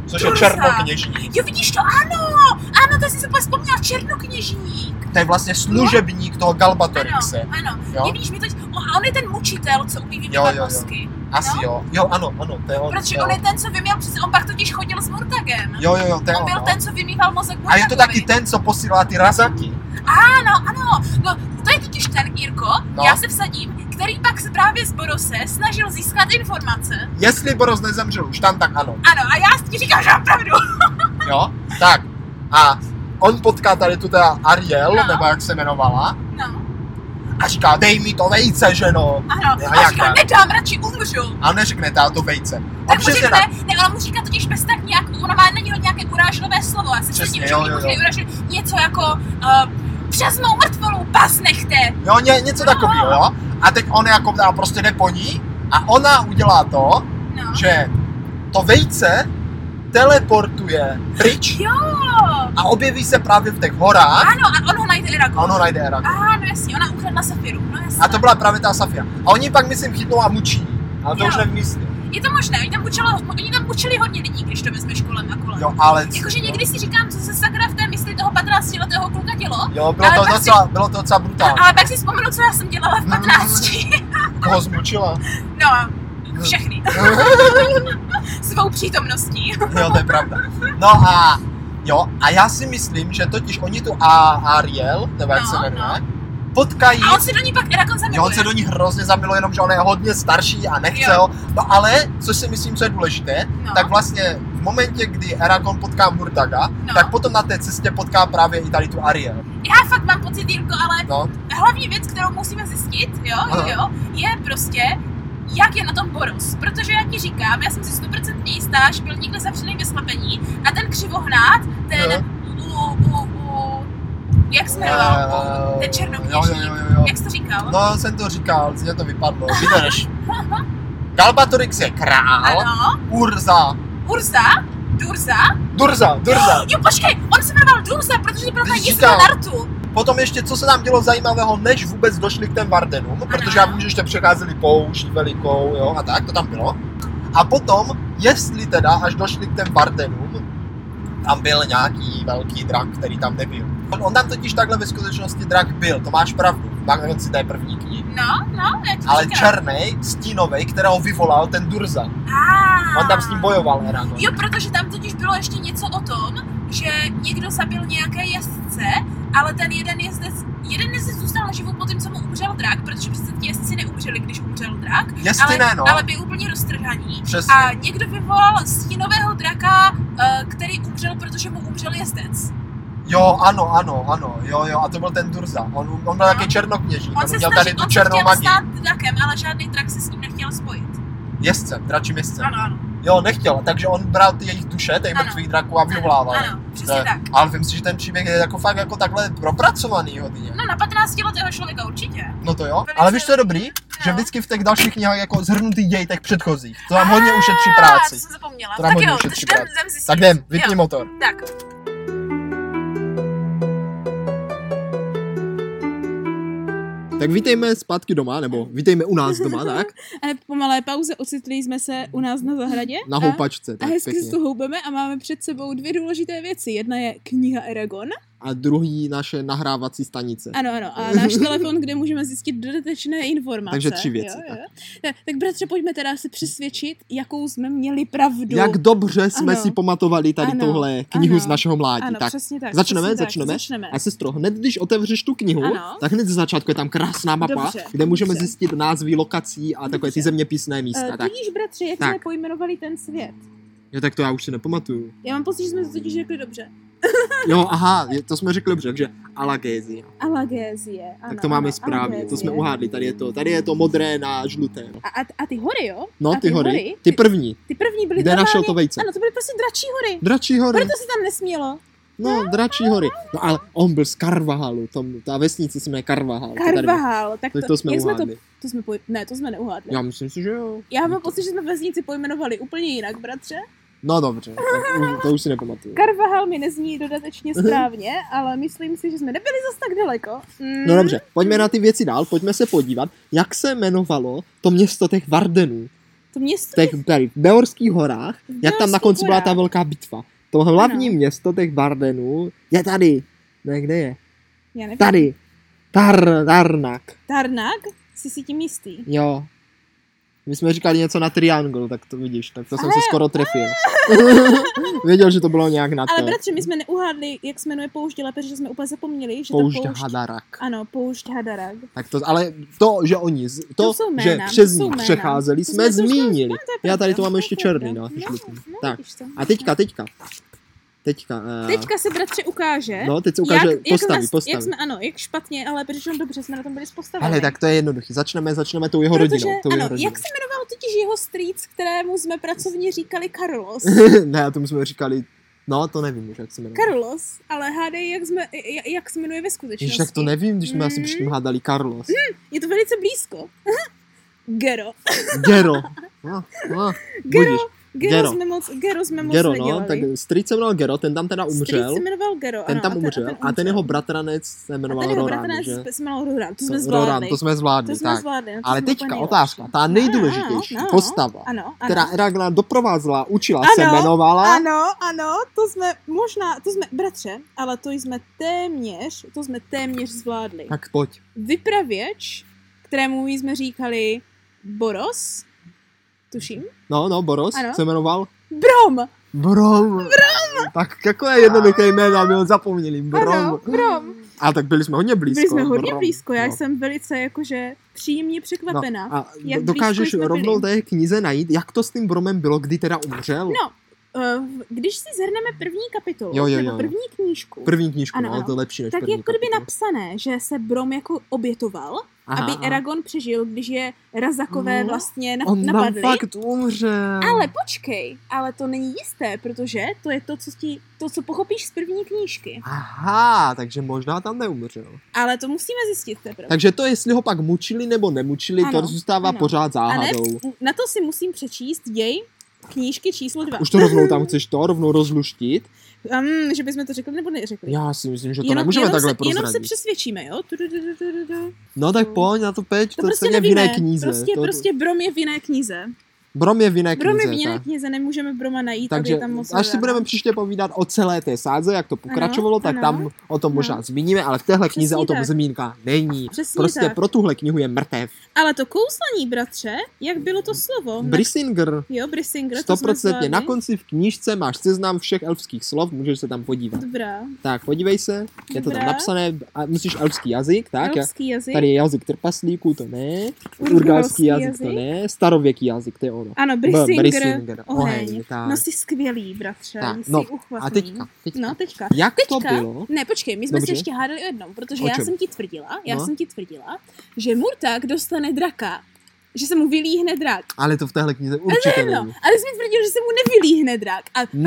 Což je černokněžník. Jo, vidíš to, ano, to jsi si úplně vzpomněla, černokněžník. To je vlastně služebník toho Galbatorixe. Ano. Jo? Vidíš, on je ten mučitel, co umí vymývat mozky. Asi jo. Jo, ano, to je on. Protože on je ten, co vymýval, on pak totiž chodil s Murtagem. Jo, to je on. Byl ten, co vymýval mozek Murtagovi. A je to taky ten, co posílá ty razaky. Ano. No, to je totiž ten, Jirko, já se vsadím, který pak se právě z Borose snažil získat informace. Jestli Boros nezemřel už tam, tak ano. Ano, a já ti říkám, že mám pravdu. Jo, tak. A on potká tady tu teda Ariel, nebo jak se jmenovala. No. A říká, dej mi to vejce, ženo. Ano, a říká, nedám, radši umřu. A neřekne to vejce. Tak mu řekne, ona mu říká totiž bez tak nějak, ona má na něho nějaké urážlivé slovo. Já se předtím, že něco jako přes mou mrtvolu, pas nechte. Jo, něco takového, jo. A teď on jako prostě jde po ní a ona udělá to, že to vejce teleportuje pryč. Jo. A objeví se právě v těch horách. Ano, a on ho najde Eragon. Ano, jasně, ona ukradla Safiru, no jasně. A to byla právě ta Safira. A oni pak, myslím, chytnou a mučí. Ale to už nevymyslí. Je to možné, oni tam mučili hodně lidí, když to vezmeš kolem a kolem. Jo, ale... Jakože někdy si říkám, co se sakra v té mysli toho 15letého kluka dělo. Jo, bylo to docela brutální. Ale pak si vzpomenu, co já jsem dělala v 15. Koho zmučila? No, všechny. Svou přítomností. Jo, to je pravda. No a já si myslím, že totiž oni tu Ariel, nebo jak se jmenuje, potkají... A on se do ní pak Eragon zamiluje. Jo, on se do ní hrozně zamiluje, jenom že on je hodně starší a nechce ho. No ale, což si myslím, co je důležité, tak vlastně v momentě, kdy Eragon potká Murtaga, tak potom na té cestě potká právě i tady tu Ariel. Já fakt mám pocit, Jirko, ale hlavní věc, kterou musíme zjistit, je prostě, jak je na tom Boros. Protože já ti říkám, já jsem si 100% jistá, že byl někde zavřený ve slapení a ten křivohnát, ten jak jsi jmenoval? Ten černokněžník. Jak jsi to říkal? No, jsem to říkal, mě to vypadlo. Vydrž. Galbatorix je král. Ano. Urza. Durza. Jo, počkej, on se jmenoval Durza, protože byla ta jízda Nartu. Potom ještě, co se nám dělo zajímavého, než vůbec došli k těm Vardenům, protože já vím, že ještě přecházeli pouští velikou, jo, a tak, to tam bylo. A potom, jestli teda, až došli k těm Vardenům, tam byl nějaký velký drak, který tam nebyl. On tam totiž takhle ve skutečnosti drak byl, to máš pravdu, na konci té první knihy. No, ale černej, stínovej, kterého vyvolal ten Durza. On tam s ním bojoval, Eragon. Jo, protože tam totiž bylo ještě něco o tom, že někdo zabil nějaké jezdce, ale ten jeden jezdec zůstal naživu po tom, co mu umřel drak, protože přece ti jezdci neumřeli, když umřel drak, ale byli úplně roztrhaní. Přesně. A někdo vyvolal stínového draka, který umřel, protože mu umřel jezdec. Jo, ano, jo, a to byl ten Durza. On byl taky černokněžník, on měl tady tu černou magii. On se chtěl stát drakem, ale žádný drak se s ním nechtěl spojit. Jezdcem, dračím jezdcem. Ano. Jo, nechtěl, takže on bral ty jejich duše, těch mrtvých draků a vyvolával. Ano, přesně tak. Ale vím si, že ten příběh je jako fakt jako takhle propracovaný hodně. No na 15letého člověka určitě. No to jo, ale víš, co je dobrý? Že vždycky v těch dalších knihách jako zhrnutý děj těch předchozích. To nám hodně ušetří práci. To jsem zapomněla. To nám hodně ušetří práci. Tak jdem, vypni motor. Tak. Tak vítejme zpátky doma, nebo vítejme u nás doma, tak? A po malé pauze ocitli jsme se u nás na zahradě. Na houpačce, tak a hezky pěkně. Se to houbeme a máme před sebou dvě důležité věci. Jedna je kniha Eragon. A druhý naše nahrávací stanice. Ano, a náš telefon, kde můžeme zjistit dodatečné informace. Takže 3 věci. Jo. Tak bratře, pojďme teda se přesvědčit, jakou jsme měli pravdu. Jak dobře jsme si pamatovali tady tohle knihu z našeho mládí. Ano, tak přesně tak. Začneme. A sestro, hned když otevřeš tu knihu, tak hned ze začátku je tam krásná mapa, kde můžeme zjistit názvy lokací a takové ty zeměpisné místa. Vidíš, bratře, jak jsme pojmenovali ten svět? Jo, tak to já už si nepamatuju. Já mám pocit, že jsme to totiž řekli dobře. Jo, aha, to jsme řekli dobře, takže Alagézie, ano. Tak to máme správně, Alagézie. To jsme uhádli, tady je to modré na žluté. No. A ty hory, jo? No, ty hory, ty první. Ty první byly kde našel to vejce? Ano, to byly prostě dračí hory. Dračí hory. Proto se tam nesmělo. No, dračí hory. No, ale on byl z Carvahalu, ta vesnice se jmenuje Carvahal. Carvahal, tak to jsme uhádli. To jsme neuhádli. Já myslím si, že jo. Já mám pocit, že jsme vesnici pojmenovali úplně jinak, bratře. No dobře, to už si nepamatuju. Carvahal mi nezní dodatečně správně, ale myslím si, že jsme nebyli zas tak daleko. No dobře, pojďme na ty věci dál, pojďme se podívat, jak se jmenovalo to město těch Vardenů. To město tady v Beorských horách, jak tam na konci byla ta velká bitva. To hlavní město těch Bardenů je tady. Ne, kde je? Já nevím. Tady. Tarnak. Tarnak? Jsi si tím jistý? Jo. My jsme říkali něco na Triangle, tak to vidíš, tak to jsem se skoro trefil. Věděl, že to bylo nějak na to. Ale bratře, my jsme neuhádli, jak se jmenuje poušť, protože jsme úplně zapomněli, že poušť to poušť Hadarak. Ano, poušť Hadarak. Tak to, ale to, že oni, že přes ní přecházeli, jsme zmínili. Já tady to mám ještě černý, no. Tak, a teďka se bratře ukáže. No, teď se ukáže postavy. Jak špatně, ale protože dobře jsme na tom byli postaveni. Ale tak to je jednoduchý. Začneme tou jeho rodinou. Jak se jmenoval totiž jeho strýc, kterému jsme pracovně říkali Carlos? Ne, tomu jsme říkali, no to nevím už, jak se jmenuje. Carlos, ale hádej, jak se jmenuje ve skutečnosti. Jež, tak to nevím, když jsme asi předtím hádali Carlos. Je to velice blízko. Gero. Gero jsme moc nedělali. Tak strýc se jmenoval Gero, ten tam teda umřel. Strýc se jmenoval Gero, ten tam umřel. A ten jeho bratranec se jmenoval Roran, že? To jsme zvládli. To jsme zvládli. Ale teďka otázka, ta nejdůležitější postava, která Eragna doprovázela, učila, se jmenovala. Ano, bratře, ale to jsme téměř zvládli. Tak pojď. Vypravěč, kterému jsme říkali Boros, tuším. No, Boros se jmenoval? Brom. Tak takové jednoduché jméno, my ho zapomněli. Brom. A tak byli jsme hodně blízko. Já jsem velice jakože příjemně překvapená. No, a dokážeš rovnou té knize najít, jak to s tím Bromem bylo, kdy teda umřel? No, když si zhrneme první kapitolu, nebo první knížku. Ano. To je lepší než tak první jako kdyby napsané, že se Brom jako obětoval, aby Eragon přežil, když je Razakové vlastně napadli. On fakt umřel. Ale počkej, ale to není jisté, protože to je to, co pochopíš z první knížky. Aha, takže možná tam neumřel. Ale to musíme zjistit teprve. Takže to, jestli ho pak mučili nebo nemučili, to zůstává pořád záhadou. Na to si musím přečíst děj knížky číslo 2. Už to rovnou tam chceš rovnou rozluštit? Že bychom to řekli nebo neřekli? Já si myslím, že to nemůžeme takhle prozradit. Jenom se přesvědčíme, jo? No tak pojď na to peč, to prostě je v jiné knize. Prostě Brom je v jiné knize. Brom je v jiné knize, nemůžeme Broma najít, takže tam moc až si budeme příště povídat o celé té sádze, jak to pokračovalo, tak tam o tom možná zmíníme, ale v téhle knize o tom zmínka není. Prostě pro tuhle knihu je mrtev. Ale to kouzlení, bratře, jak bylo to slovo? Brissinger. Jo, Brissinger. 100%. Na konci v knížce máš seznam všech elfských slov, můžeš se tam podívat. Dobrá. Tak, podívej se, je to tam napsané, a musíš elfský jazyk, tak? Elfský jazyk. Tady je jazyk trpaslíků, to ne. Urgalský jazyk, to ne. Starověký jazyk, to je ono. Ano, Brissinger. Oheň. No jsi skvělý, bratře. Tak, jsi uchvatný. A teďka. Jak to bylo? Ne, počkej, my jsme se ještě hádali o jednom, protože já jsem ti tvrdila, že Murtag dostane draka, že se mu vylíhne drak. Ale to v téhle knize určitě není. Ale jsi mi tvrdil, že se mu nevylíhne drak.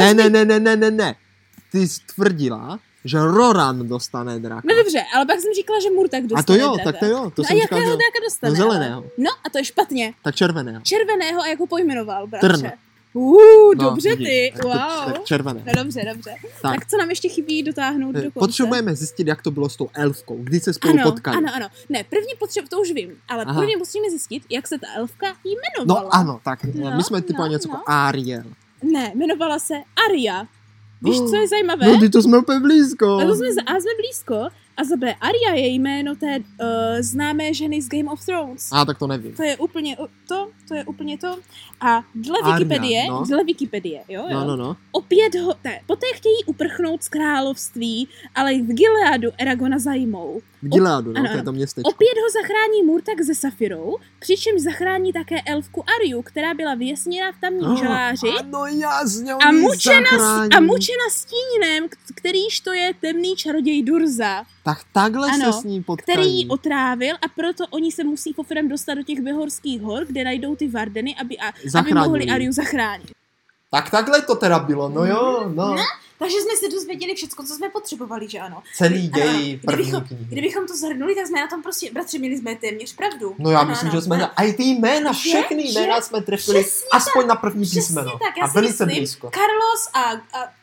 Ne. Ty jsi tvrdila, že Roran dostane draka. No dobře, ale pak jsem říkala, že Murtag dostane draka. Tak to jo. To a jakého draka dostane? No zeleného. No a to je špatně. Tak červeného. Červeného a jak ho pojmenoval, bratře? Trn. Dobře ty, wow. Tak červené. No dobře. Tak co nám ještě chybí dotáhnout do konce? Potřebujeme zjistit, jak to bylo s tou elfkou, kdy se spolu potkali. Ano. Ne, to už vím, ale první musíme zjistit, jak se ta elfka jmenovala. No ano, tak my jsme typu něco jako Ariel. Ne, jmenovala se Arya. Víš, co je zajímavé? No, to jsme úplně blízko. Jsme blízko. A za B, Arya je jméno té známé ženy z Game of Thrones. Tak to nevím. To je úplně to. A dle Wikipedie, jo? No. Opět poté chtějí uprchnout z království, ale v Gileadu Eragona zajmou. V Gileadu, to je to městečko. Opět ho zachrání Murtag se Safirou, přičemž zachrání také elfku Aryu, která byla vězněna v tamní žaláři. Ano, jasně, a mučena stíninem, kterýž to je temný čaroděj Durza. Tak takhle se s ní potkají. Který ji otrávil a proto oni se musí Fofrem dostat do těch Běhorských hor, kde najdou ty Vardeny, aby mohli Aryu zachránit. Tak takhle to teda bylo, no jo, no. Takže jsme se dozvěděli všecko, co jsme potřebovali, že ano. Celý děj první knihy. Kdybychom to zhrnuli, tak jsme na tom prostě, bratře, měli jsme téměř pravdu. No já myslím, že jsme a i ty jména, všechny jména jsme trefili aspoň na první písmeno. Tak, a velice blízko. Carlos a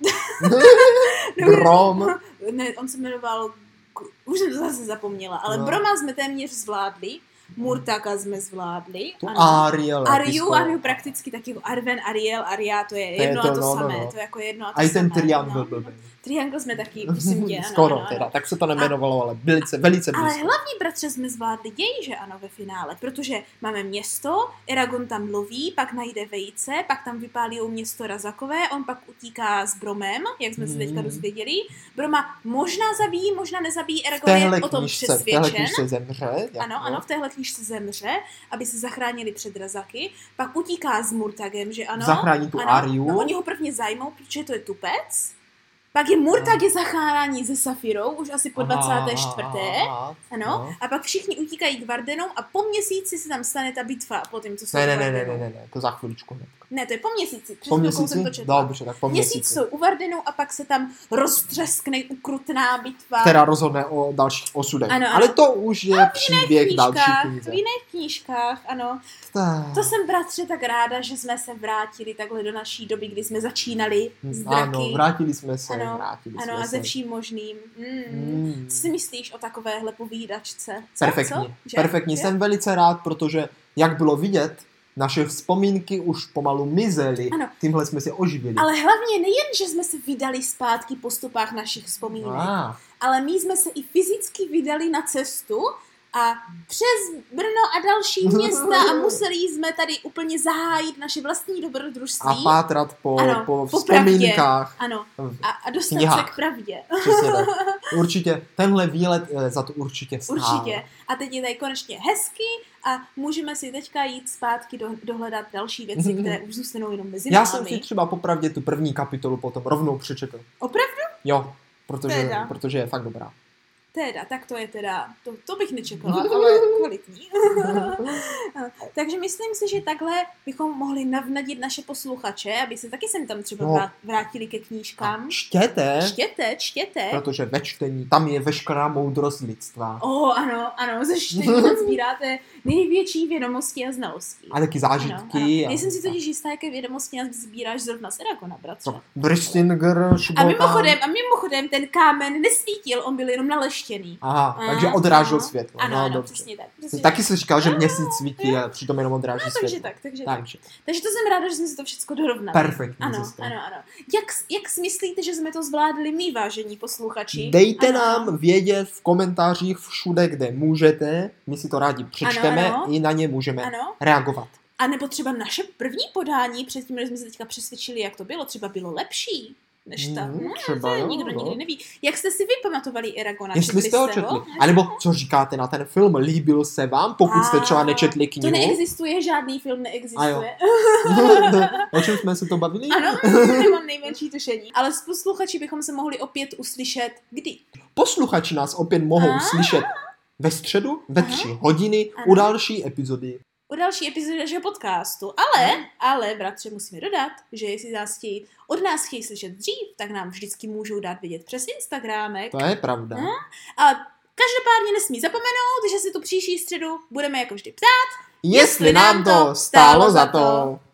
Brom. Ne, on se jmenoval, už jsem to zase zapomněla, ale Broma jsme téměř zvládli. Murtaga jsme zvládli. Ariel prakticky taky Arwen, Ariel, Aria, to je jedno a to samé. To je jako jedno a to samé. A i ten triangl byl. Triangl jsme taky, prosím tě, skoro teda, tak se to nemenovalo, ale velice blízko. Ale hlavní bratře jsme zvládli děj, že ano, ve finále, protože máme město, Eragon tam loví, pak najde vejce, pak tam vypálí město Razakové, on pak utíká s Bromem, jak jsme se teďka dozvěděli. Broma možná zabíjí, možná nezabíjí, Eragon je o tom přesvědčen. V téhle knížce zemře. Ano, v téhle knížce zemře, aby se zachránili před Razaky, pak utíká s Murtagem, že ano. Zachrání tu Ariu. No, oni ho prvně zajmou, protože to je tupec. Pak je Murtag je zachrání se Safirou, už asi po 24. Ano. A pak všichni utíkají k Vardenům a po měsíci se tam stane ta bitva po tím, co se Ne, to za chviličku. Ne, to je po měsíci. Po měsíci? Dobře, tak po měsíci. Měsíc jsou u Vardenů a pak se tam roztřeskne ukrutná bitva. Která rozhodne o dalších osudech. Ano. Ale to už je příběh další knize. V jiných knížkách, ano. To jsem, bratře, tak ráda, že jsme se vrátili takhle do naší doby, kdy jsme začínali s draky. Ano, vrátili jsme se. Ano, a ze vším možným. Co si myslíš o takovéhle povídačce? Perfektní. Jsem velice rád, protože, jak bylo vidět, naše vzpomínky už pomalu mizely. Tímhle jsme se oživili. Ale hlavně nejen, že jsme se vydali zpátky po stopách našich vzpomínek, ale my jsme se i fyzicky vydali na cestu a přes Brno a další města a museli jsme tady úplně zahájit naše vlastní dobrodružství. A pátrat po vzpomínkách. Ano. A dostat se k pravdě. Přesně tak. Určitě. Tenhle výlet za to určitě stál. Určitě. A teď je tady konečně hezky a můžeme si teďka jít zpátky dohledat další věci, které už zůstanou jenom mezi námi. Já jsem si třeba popravdě tu první kapitolu potom rovnou přečetl. Opravdu? Jo, protože je fakt dobrá. Tak to je to bych nečekala, ale kvalitní. Takže myslím si, že takhle bychom mohli navnadit naše posluchače, aby se taky sem tam třeba vrátili ke knížkám. Čtěte. Protože ve čtení, tam je veškerá moudrost lidstva. Ano, ze čtení sbíráte největší vědomosti a znalosti. A taky zážitky. Ano. Nejsem si totiž jistá, jaké vědomosti sbíráš zrovna z Eragona, bratře. A mimochodem, ten kámen nesvítil, on byl jenom naleštěný. Takže odrážel světlo. Ano, přesně tak. Taky jsi říkal, že měsíc svítí a přitom jenom odráží světlo. Takže to jsem ráda, že jsme si to všechno dorovnali. Perfektní. Ano. Jak si myslíte, že jsme to zvládli my, vážení posluchači? Dejte nám vědět v komentářích všude, kde můžete. My si to rádi přečteme i na ně můžeme reagovat. A nebo třeba naše první podání, předtím, když jsme se teďka přesvědčili, jak to bylo, třeba bylo lepší než ta. Nikdo nikdy neví. Jak jste si vy pamatovali Eragona? Jestli jste ho četli. A nebo co říkáte na ten film? Líbil se vám, pokud jste třeba nečetli knihu? To neexistuje, žádný film neexistuje. O čem jsme se to bavili? Ano, nemám nejmenší tušení. Ale s posluchači bychom se mohli opět uslyšet kdy? Posluchači nás opět mohou slyšet ve středu, ve 3 hodiny, u další epizody našeho podcastu. Ale, bratře, musíme dodat, že jestli od nás chtějí slyšet dřív, tak nám vždycky můžou dát vědět přes Instagramek. To je pravda. A každopádně nesmí zapomenout, že si tu příští středu budeme jako vždy ptát, jestli nám to stálo za to.